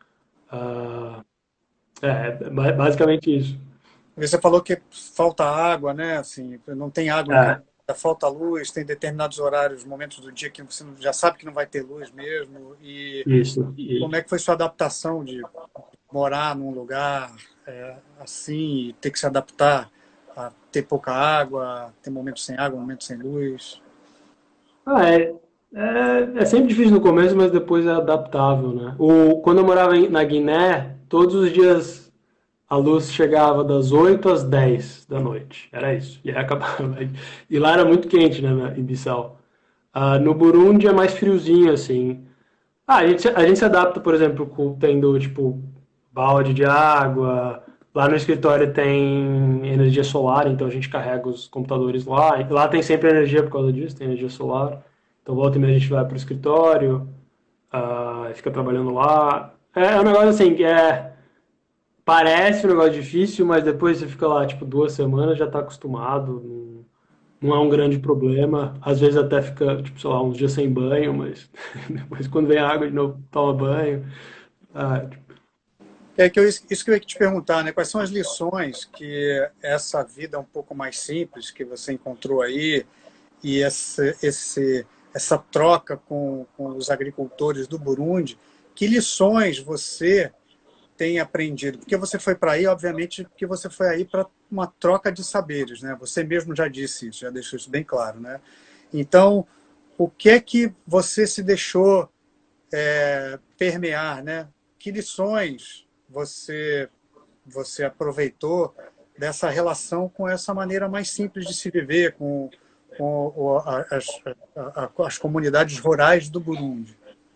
Uh, é, basicamente isso. Você falou que falta água, né? Assim, não tem água, é. Falta luz, tem determinados horários, momentos do dia que você já sabe que não vai ter luz mesmo. E isso. E... como é que foi sua adaptação de morar num lugar é, assim e ter que se adaptar a ter pouca água, ter momentos sem água, momentos sem luz? Ah, é, é, é sempre difícil no começo, mas depois é adaptável, né? O, quando eu morava em, na Guiné, todos os dias a luz chegava das oito às dez da noite. Era isso. E aí acabava. E lá era muito quente, né, em Bissau. Ah, no Burundi é mais friozinho, assim. Ah, a gente, a gente se adapta, por exemplo, com, tendo, tipo, balde de água. Lá no escritório tem energia solar, então a gente carrega os computadores lá. Lá tem sempre energia por causa disso, tem energia solar. Então volta e meia a gente vai para o escritório, uh, fica trabalhando lá. É, é um negócio assim, que é... Parece um negócio difícil, mas depois você fica lá, tipo, duas semanas, já está acostumado. Não, não é um grande problema. Às vezes até fica, tipo, sei lá, uns dias sem banho, mas depois quando vem água de novo, toma banho. Ah, tipo, É que eu, isso que eu ia te perguntar, né? Quais são as lições que essa vida um pouco mais simples que você encontrou aí e essa, esse, essa troca com, com os agricultores do Burundi, que lições você tem aprendido? Porque você foi para aí, obviamente, porque você foi aí para uma troca de saberes, né? Você mesmo já disse isso, já deixou isso bem claro, né? Então, o que é que você se deixou é, permear, né? Que lições você, você aproveitou dessa relação com essa maneira mais simples de se viver, com, com as, as comunidades rurais do Burundi?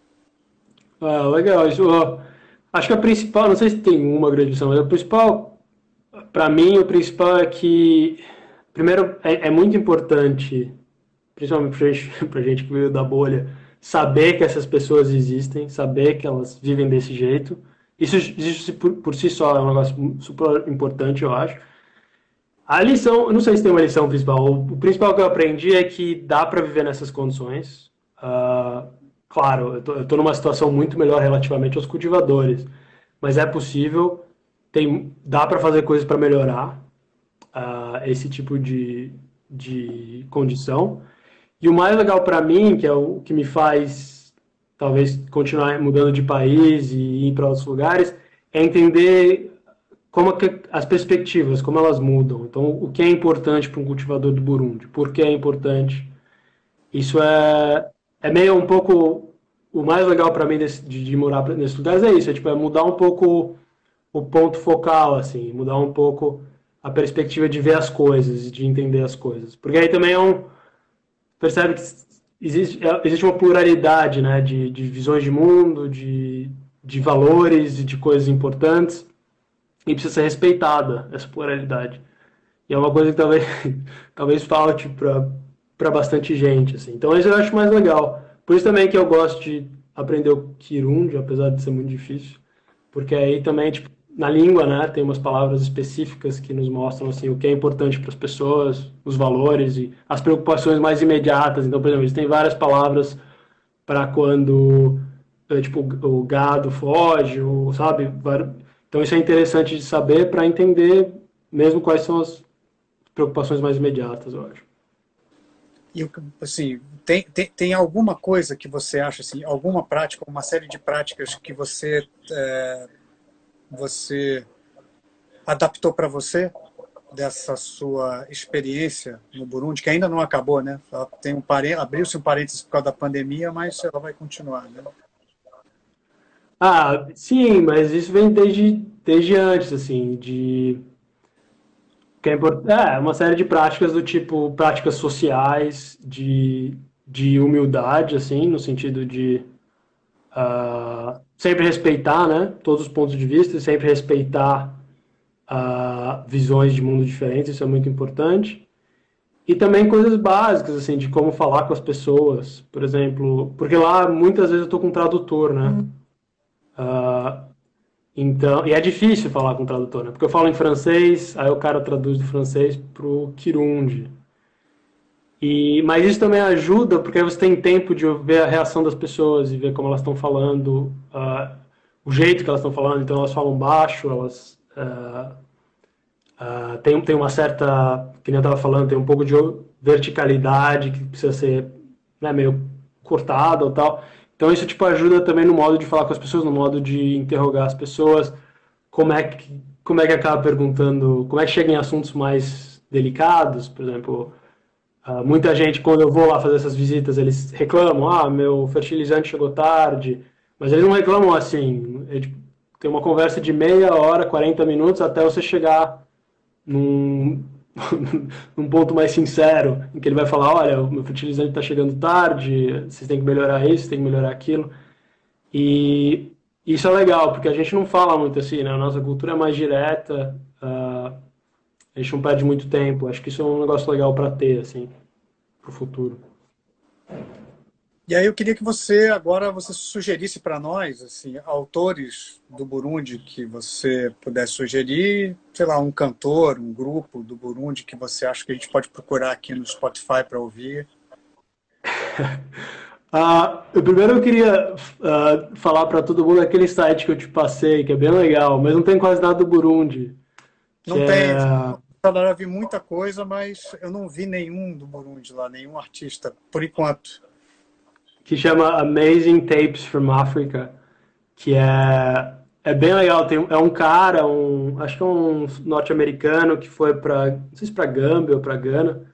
Ah, legal. Isso, ó, acho que a principal, não sei se tem uma grande lição, mas a principal, para mim, o principal é que, primeiro, é, é muito importante, principalmente para gente, pra gente que veio da bolha, saber que essas pessoas existem, saber que elas vivem desse jeito. Isso, isso por, por si só é um negócio super importante, eu acho. A lição, eu não sei se tem uma lição principal. O, o principal que eu aprendi é que dá para viver nessas condições. Uh, claro, eu tô, eu tô numa situação muito melhor relativamente aos cultivadores, mas é possível, tem, dá para fazer coisas para melhorar uh, esse tipo de, de condição. E o mais legal para mim, que é o que me faz talvez continuar mudando de país e ir para outros lugares, é entender como que as perspectivas, como elas mudam. Então, o que é importante para um cultivador do Burundi? Por que é importante? Isso é, é meio um pouco... O mais legal para mim desse, de, de morar nesses lugares é isso, é, tipo, é mudar um pouco o ponto focal, assim, mudar um pouco a perspectiva de ver as coisas e de entender as coisas. Porque aí também é um... Percebe que existe, existe uma pluralidade, né, de, de visões de mundo, de, de valores e de coisas importantes, e precisa ser respeitada essa pluralidade. E é uma coisa que talvez, talvez falte para bastante gente. Assim. Então, isso eu acho mais legal. Por isso também que eu gosto de aprender o Kirundi, apesar de ser muito difícil, porque aí também, tipo, na língua, né, tem umas palavras específicas que nos mostram assim, o que é importante para as pessoas, os valores e as preocupações mais imediatas. Então, por exemplo, eles têm várias palavras para quando tipo, o gado foge, ou, sabe? Então, isso é interessante de saber para entender mesmo quais são as preocupações mais imediatas, eu acho. E, assim, tem, tem, tem alguma coisa que você acha, assim, alguma prática, uma série de práticas que você... É... você adaptou para você dessa sua experiência no Burundi, que ainda não acabou, né? Tem um parê... abriu-se um parênteses por causa da pandemia, mas ela vai continuar, né? Ah, sim, mas isso vem desde, desde antes, assim, de... Que é, import... é uma série de práticas do tipo práticas sociais, de, de humildade, assim, no sentido de uh, sempre respeitar, né, todos os pontos de vista, sempre respeitar uh, visões de mundo diferentes, isso é muito importante. E também coisas básicas, assim, de como falar com as pessoas, por exemplo, porque lá muitas vezes eu estou com um tradutor, né? Uh, então, e é difícil falar com o tradutor, né? Porque eu falo em francês, aí o cara traduz do francês pro Kirundi. E, mas isso também ajuda, porque aí você tem tempo de ver a reação das pessoas e ver como elas estão falando, uh, o jeito que elas estão falando. Então, elas falam baixo, elas uh, uh, tem, tem uma certa, que nem eu estava falando, tem um pouco de verticalidade que precisa ser, né, meio cortada ou tal. Então isso tipo ajuda também no modo de falar com as pessoas, no modo de interrogar as pessoas, como é que como é que acaba perguntando, como é que chega em assuntos mais delicados, por exemplo, uh, muita gente quando eu vou lá fazer essas visitas eles reclamam, ah, meu fertilizante chegou tarde, mas eles não reclamam assim, é, tipo, tem uma conversa de meia hora, quarenta minutos até você chegar num num ponto mais sincero, em que ele vai falar, olha, o meu fertilizante está chegando tarde, vocês têm que melhorar isso, tem que melhorar aquilo. E isso é legal, porque a gente não fala muito assim, né? A nossa cultura é mais direta, uh, a gente não perde muito tempo. Acho que isso é um negócio legal para ter, assim, para o futuro. E aí eu queria que você, agora, você sugerisse para nós, assim, autores do Burundi que você pudesse sugerir, sei lá, um cantor, um grupo do Burundi que você acha que a gente pode procurar aqui no Spotify para ouvir. ah, eu primeiro eu queria uh, falar para todo mundo aquele site que eu te passei, que é bem legal, mas não tem quase nada do Burundi. Não tem. É... Eu vi muita coisa, mas eu não vi nenhum do Burundi lá, nenhum artista, por enquanto. Que chama Amazing Tapes from Africa, que é, é bem legal. Tem, é um cara, um, acho que é um norte-americano que foi para, não sei se para Gâmbia ou para Gana,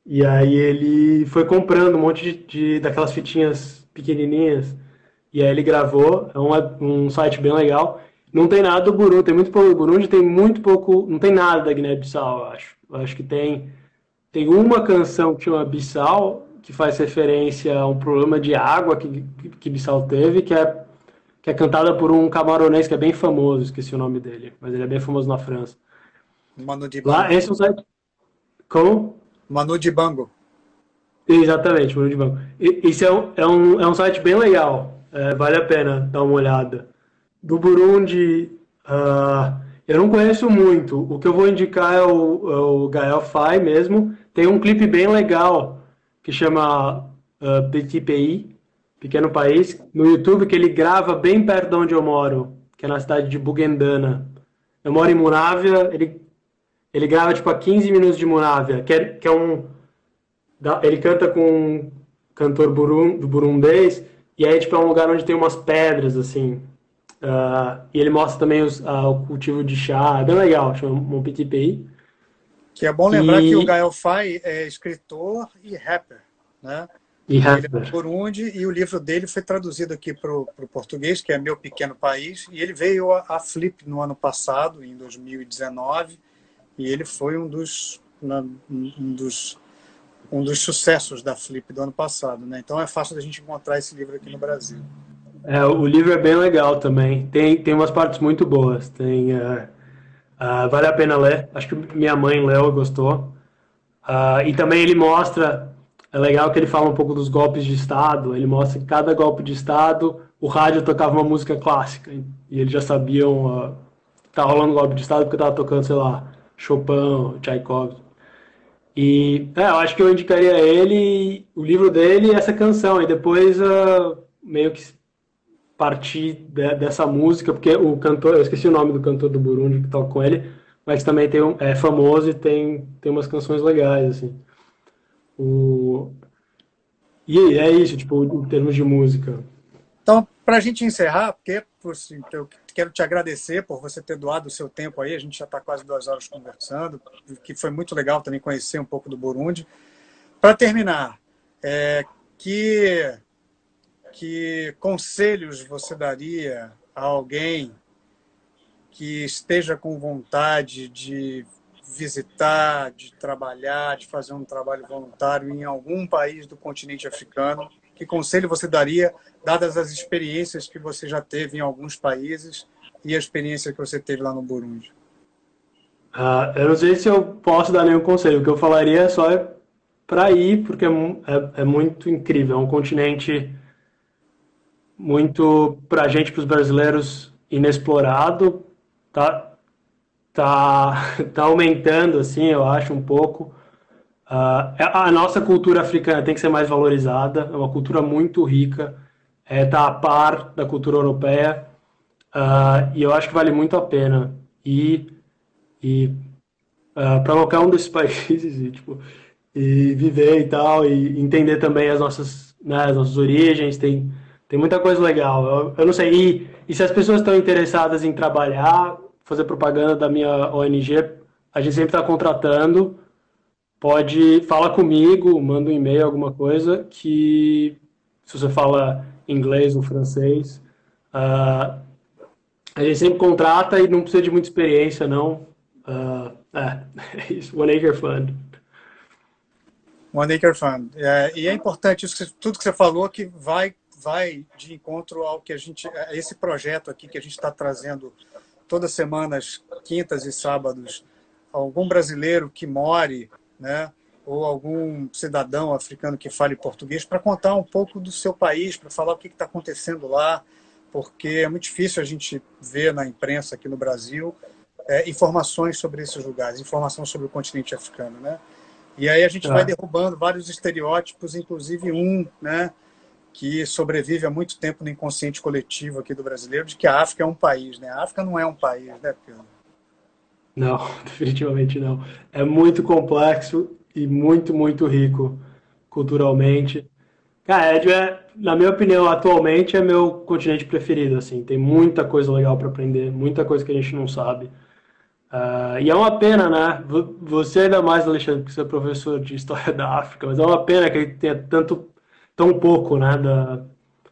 E aí ele foi comprando um monte de, de daquelas fitinhas pequenininhas. E aí ele gravou, é um, um site bem legal. Não tem nada do Burundi, tem muito pouco do Burundi, tem muito pouco, não tem nada da Guiné-Bissau, eu acho. Eu acho que tem, tem uma canção que chama Bissau, que faz referência a um problema de água que, que Bissau teve, que é, que é cantada por um camaronês que é bem famoso, esqueci o nome dele, mas ele é bem famoso na França. Manu Dibango. Lá, esse é um site... Como? Manu Dibango. Exatamente, Manu Dibango. Esse é um, é, um, é um site bem legal, é, vale a pena dar uma olhada. Do Burundi, uh, eu não conheço muito. O que eu vou indicar é o, é o Gael Faye mesmo. Tem um clipe bem legal que chama uh, Petit Pays, Pequeno País, no YouTube, que ele grava bem perto de onde eu moro, que é na cidade de Bugendana. Eu moro em Munávia, ele, ele grava tipo a quinze minutos de Munávia, que é, que é um... Ele canta com um cantor burum, do burundês, e aí tipo, é um lugar onde tem umas pedras, assim... Uh, e ele mostra também os, uh, o cultivo de chá, é bem legal, chama Mon Petit Pays. Que é bom lembrar e... que o Gael Faye é escritor e rapper, né? E rapper. Ele é do Burundi e o livro dele foi traduzido aqui para o português, que é Meu Pequeno País, e ele veio a, a Flip no ano passado, em dois mil e dezenove, e ele foi um dos, na, um dos, um dos sucessos da Flip do ano passado, né? Então é fácil da gente encontrar esse livro aqui no Brasil. É, o livro é bem legal também. Tem, tem umas partes muito boas. Tem, uh, uh, vale a pena ler. Acho que minha mãe leu e gostou. Uh, e também ele mostra... É legal que ele fala um pouco dos golpes de Estado. Ele mostra que cada golpe de Estado, o rádio tocava uma música clássica. E eles já sabiam uh, que tá rolando golpe de Estado porque tava tocando, sei lá, Chopin, Tchaikovsky. E é, eu acho que eu indicaria ele, o livro dele e essa canção. E depois uh, meio que... partir de, dessa música, porque o cantor, eu esqueci o nome do cantor do Burundi que toca com ele, mas também tem um, é famoso e tem, tem umas canções legais, assim. O... E é isso, tipo, em termos de música. Então, para a gente encerrar, porque assim, eu quero te agradecer por você ter doado o seu tempo aí, a gente já está quase duas horas conversando, que foi muito legal também conhecer um pouco do Burundi. Para terminar, é, que... que conselhos você daria a alguém que esteja com vontade de visitar, de trabalhar, de fazer um trabalho voluntário em algum país do continente africano? Que conselho você daria, dadas as experiências que você já teve em alguns países e a experiência que você teve lá no Burundi? Uh, eu não sei se eu posso dar nenhum conselho. O que eu falaria é só para ir, porque é, é, é muito incrível. É um continente... muito para a gente, para os brasileiros, inexplorado, tá, tá, tá aumentando, assim, eu acho, um pouco. Uh, a nossa cultura africana tem que ser mais valorizada, é uma cultura muito rica, é, tá a par da cultura europeia, uh, e eu acho que vale muito a pena ir, ir uh, para qualquer um desses países e, tipo, e viver e tal, e entender também as nossas, né, as nossas origens, tem... Tem muita coisa legal. Eu, eu não sei. E, e se as pessoas estão interessadas em trabalhar, fazer propaganda da minha O N G, a gente sempre está contratando. Pode, fala comigo, manda um e-mail, alguma coisa, que se você fala inglês ou francês, uh, a gente sempre contrata e não precisa de muita experiência, não. Uh, é, é isso. One Acre Fund. One Acre Fund. É, e é importante isso, tudo que você falou, que vai vai de encontro ao que a gente, esse projeto aqui que a gente está trazendo todas as semanas, quintas e sábados, algum brasileiro que more, né, ou algum cidadão africano que fale português, para contar um pouco do seu país, para falar o que está acontecendo lá, porque é muito difícil a gente ver na imprensa aqui no Brasil é, informações sobre esses lugares, informação sobre o continente africano, né? E aí a gente ah. vai derrubando vários estereótipos, inclusive um, né, que sobrevive há muito tempo no inconsciente coletivo aqui do brasileiro, de que a África é um país, né? A África não é um país, né, Pedro? Não, definitivamente não. É muito complexo e muito, muito rico culturalmente. Cara, é, na minha opinião, atualmente é meu continente preferido, assim. Tem muita coisa legal para aprender, muita coisa que a gente não sabe. Uh, e é uma pena, né? Você ainda mais, Alexandre, que você é professor de História da África, mas é uma pena que tenha tanto, tão pouco, né, da,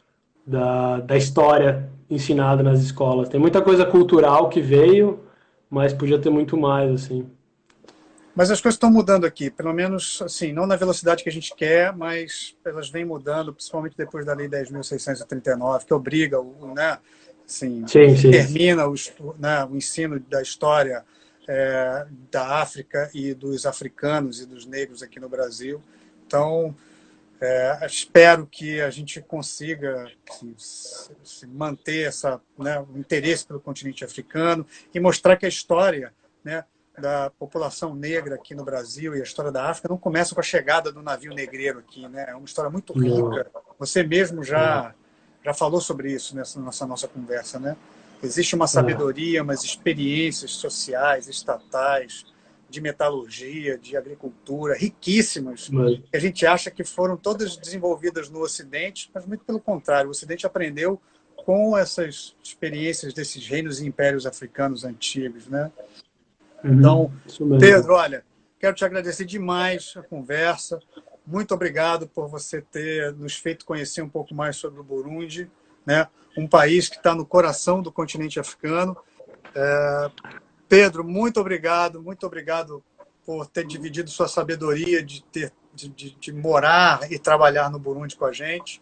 da, da história ensinada nas escolas. Tem muita coisa cultural que veio, mas podia ter muito mais, assim. Mas as coisas estão mudando aqui, pelo menos, assim, não na velocidade que a gente quer, mas elas vêm mudando, principalmente depois da Lei dez mil seiscentos e trinta e nove, que obriga, o, né, assim, sim, sim. termina o, né, o ensino da história é, da África e dos africanos e dos negros aqui no Brasil. Então, é, espero que a gente consiga assim, se manter essa, né, o interesse pelo continente africano e mostrar que a história, né, da população negra aqui no Brasil e a história da África não começa com a chegada do navio negreiro aqui, né? É uma história muito rica. Você mesmo já, já falou sobre isso nessa nossa, nossa conversa, né? Existe uma sabedoria, umas experiências sociais, estatais, de metalurgia, de agricultura, riquíssimas, que a gente acha que foram todas desenvolvidas no Ocidente, mas muito pelo contrário. O Ocidente aprendeu com essas experiências desses reinos e impérios africanos antigos, né? Então, uhum, Pedro, olha, quero te agradecer demais a conversa. Muito obrigado por você ter nos feito conhecer um pouco mais sobre o Burundi, né? Um país que está no coração do continente africano. É... Pedro, muito obrigado, muito obrigado por ter dividido sua sabedoria de, ter, de, de, de morar e trabalhar no Burundi com a gente.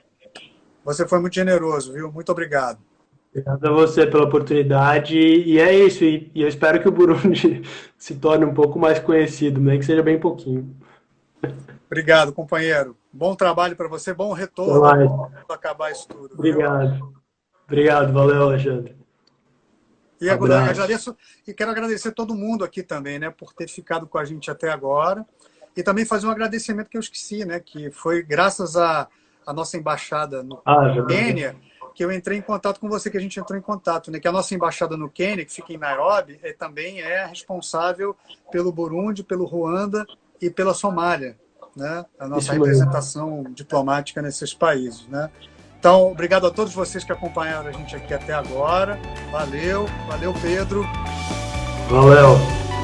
Você foi muito generoso, viu? Muito obrigado. Obrigado a você pela oportunidade, e é isso, e, e eu espero que o Burundi se torne um pouco mais conhecido, nem que seja bem pouquinho. Obrigado, companheiro. Bom trabalho para você, bom retorno para acabar isso tudo. Obrigado. Viu? Obrigado, valeu, Alexandre. E, agradeço, e quero agradecer todo mundo aqui também, né, por ter ficado com a gente até agora, e também fazer um agradecimento que eu esqueci, né, que foi graças à a, a nossa embaixada no ah, Quênia, que eu entrei em contato com você, que a gente entrou em contato, né? Que a nossa embaixada no Quênia, que fica em Nairobi, é, também é responsável pelo Burundi, pelo Ruanda e pela Somália, né? A nossa Isso representação mesmo. diplomática nesses países, né? Então, obrigado a todos vocês que acompanharam a gente aqui até agora. Valeu, valeu, Pedro. Valeu.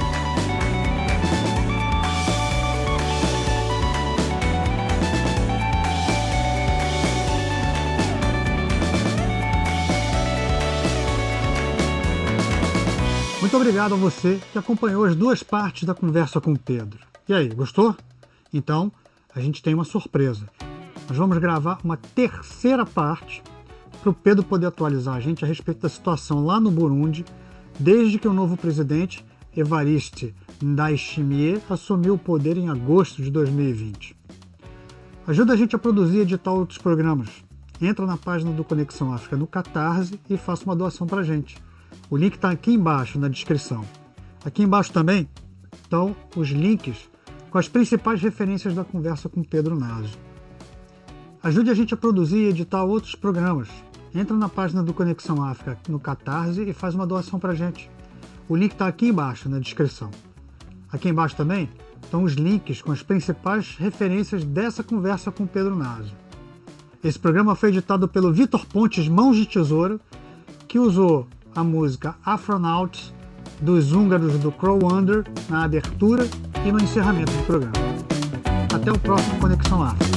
Muito obrigado a você que acompanhou as duas partes da conversa com o Pedro. E aí, gostou? Então, a gente tem uma surpresa. Nós vamos gravar uma terceira parte para o Pedro poder atualizar a gente a respeito da situação lá no Burundi, desde que o novo presidente, Evariste Ndayishimiye, assumiu o poder em agosto de dois mil e vinte. Ajuda a gente a produzir e editar outros programas. Entra na página do Conexão África no Catarse e faça uma doação para a gente. O link está aqui embaixo na descrição. Aqui embaixo também estão os links com as principais referências da conversa com Pedro Naso. Ajude a gente a produzir e editar outros programas. Entra na página do Conexão África no Catarse e faz uma doação para a gente. O link está aqui embaixo na descrição. Aqui embaixo também estão os links com as principais referências dessa conversa com Pedro Naso. Esse programa foi editado pelo Vitor Pontes Mãos de Tesoura, que usou a música Afronauts dos húngaros do Crow Under na abertura e no encerramento do programa. Até o próximo Conexão África.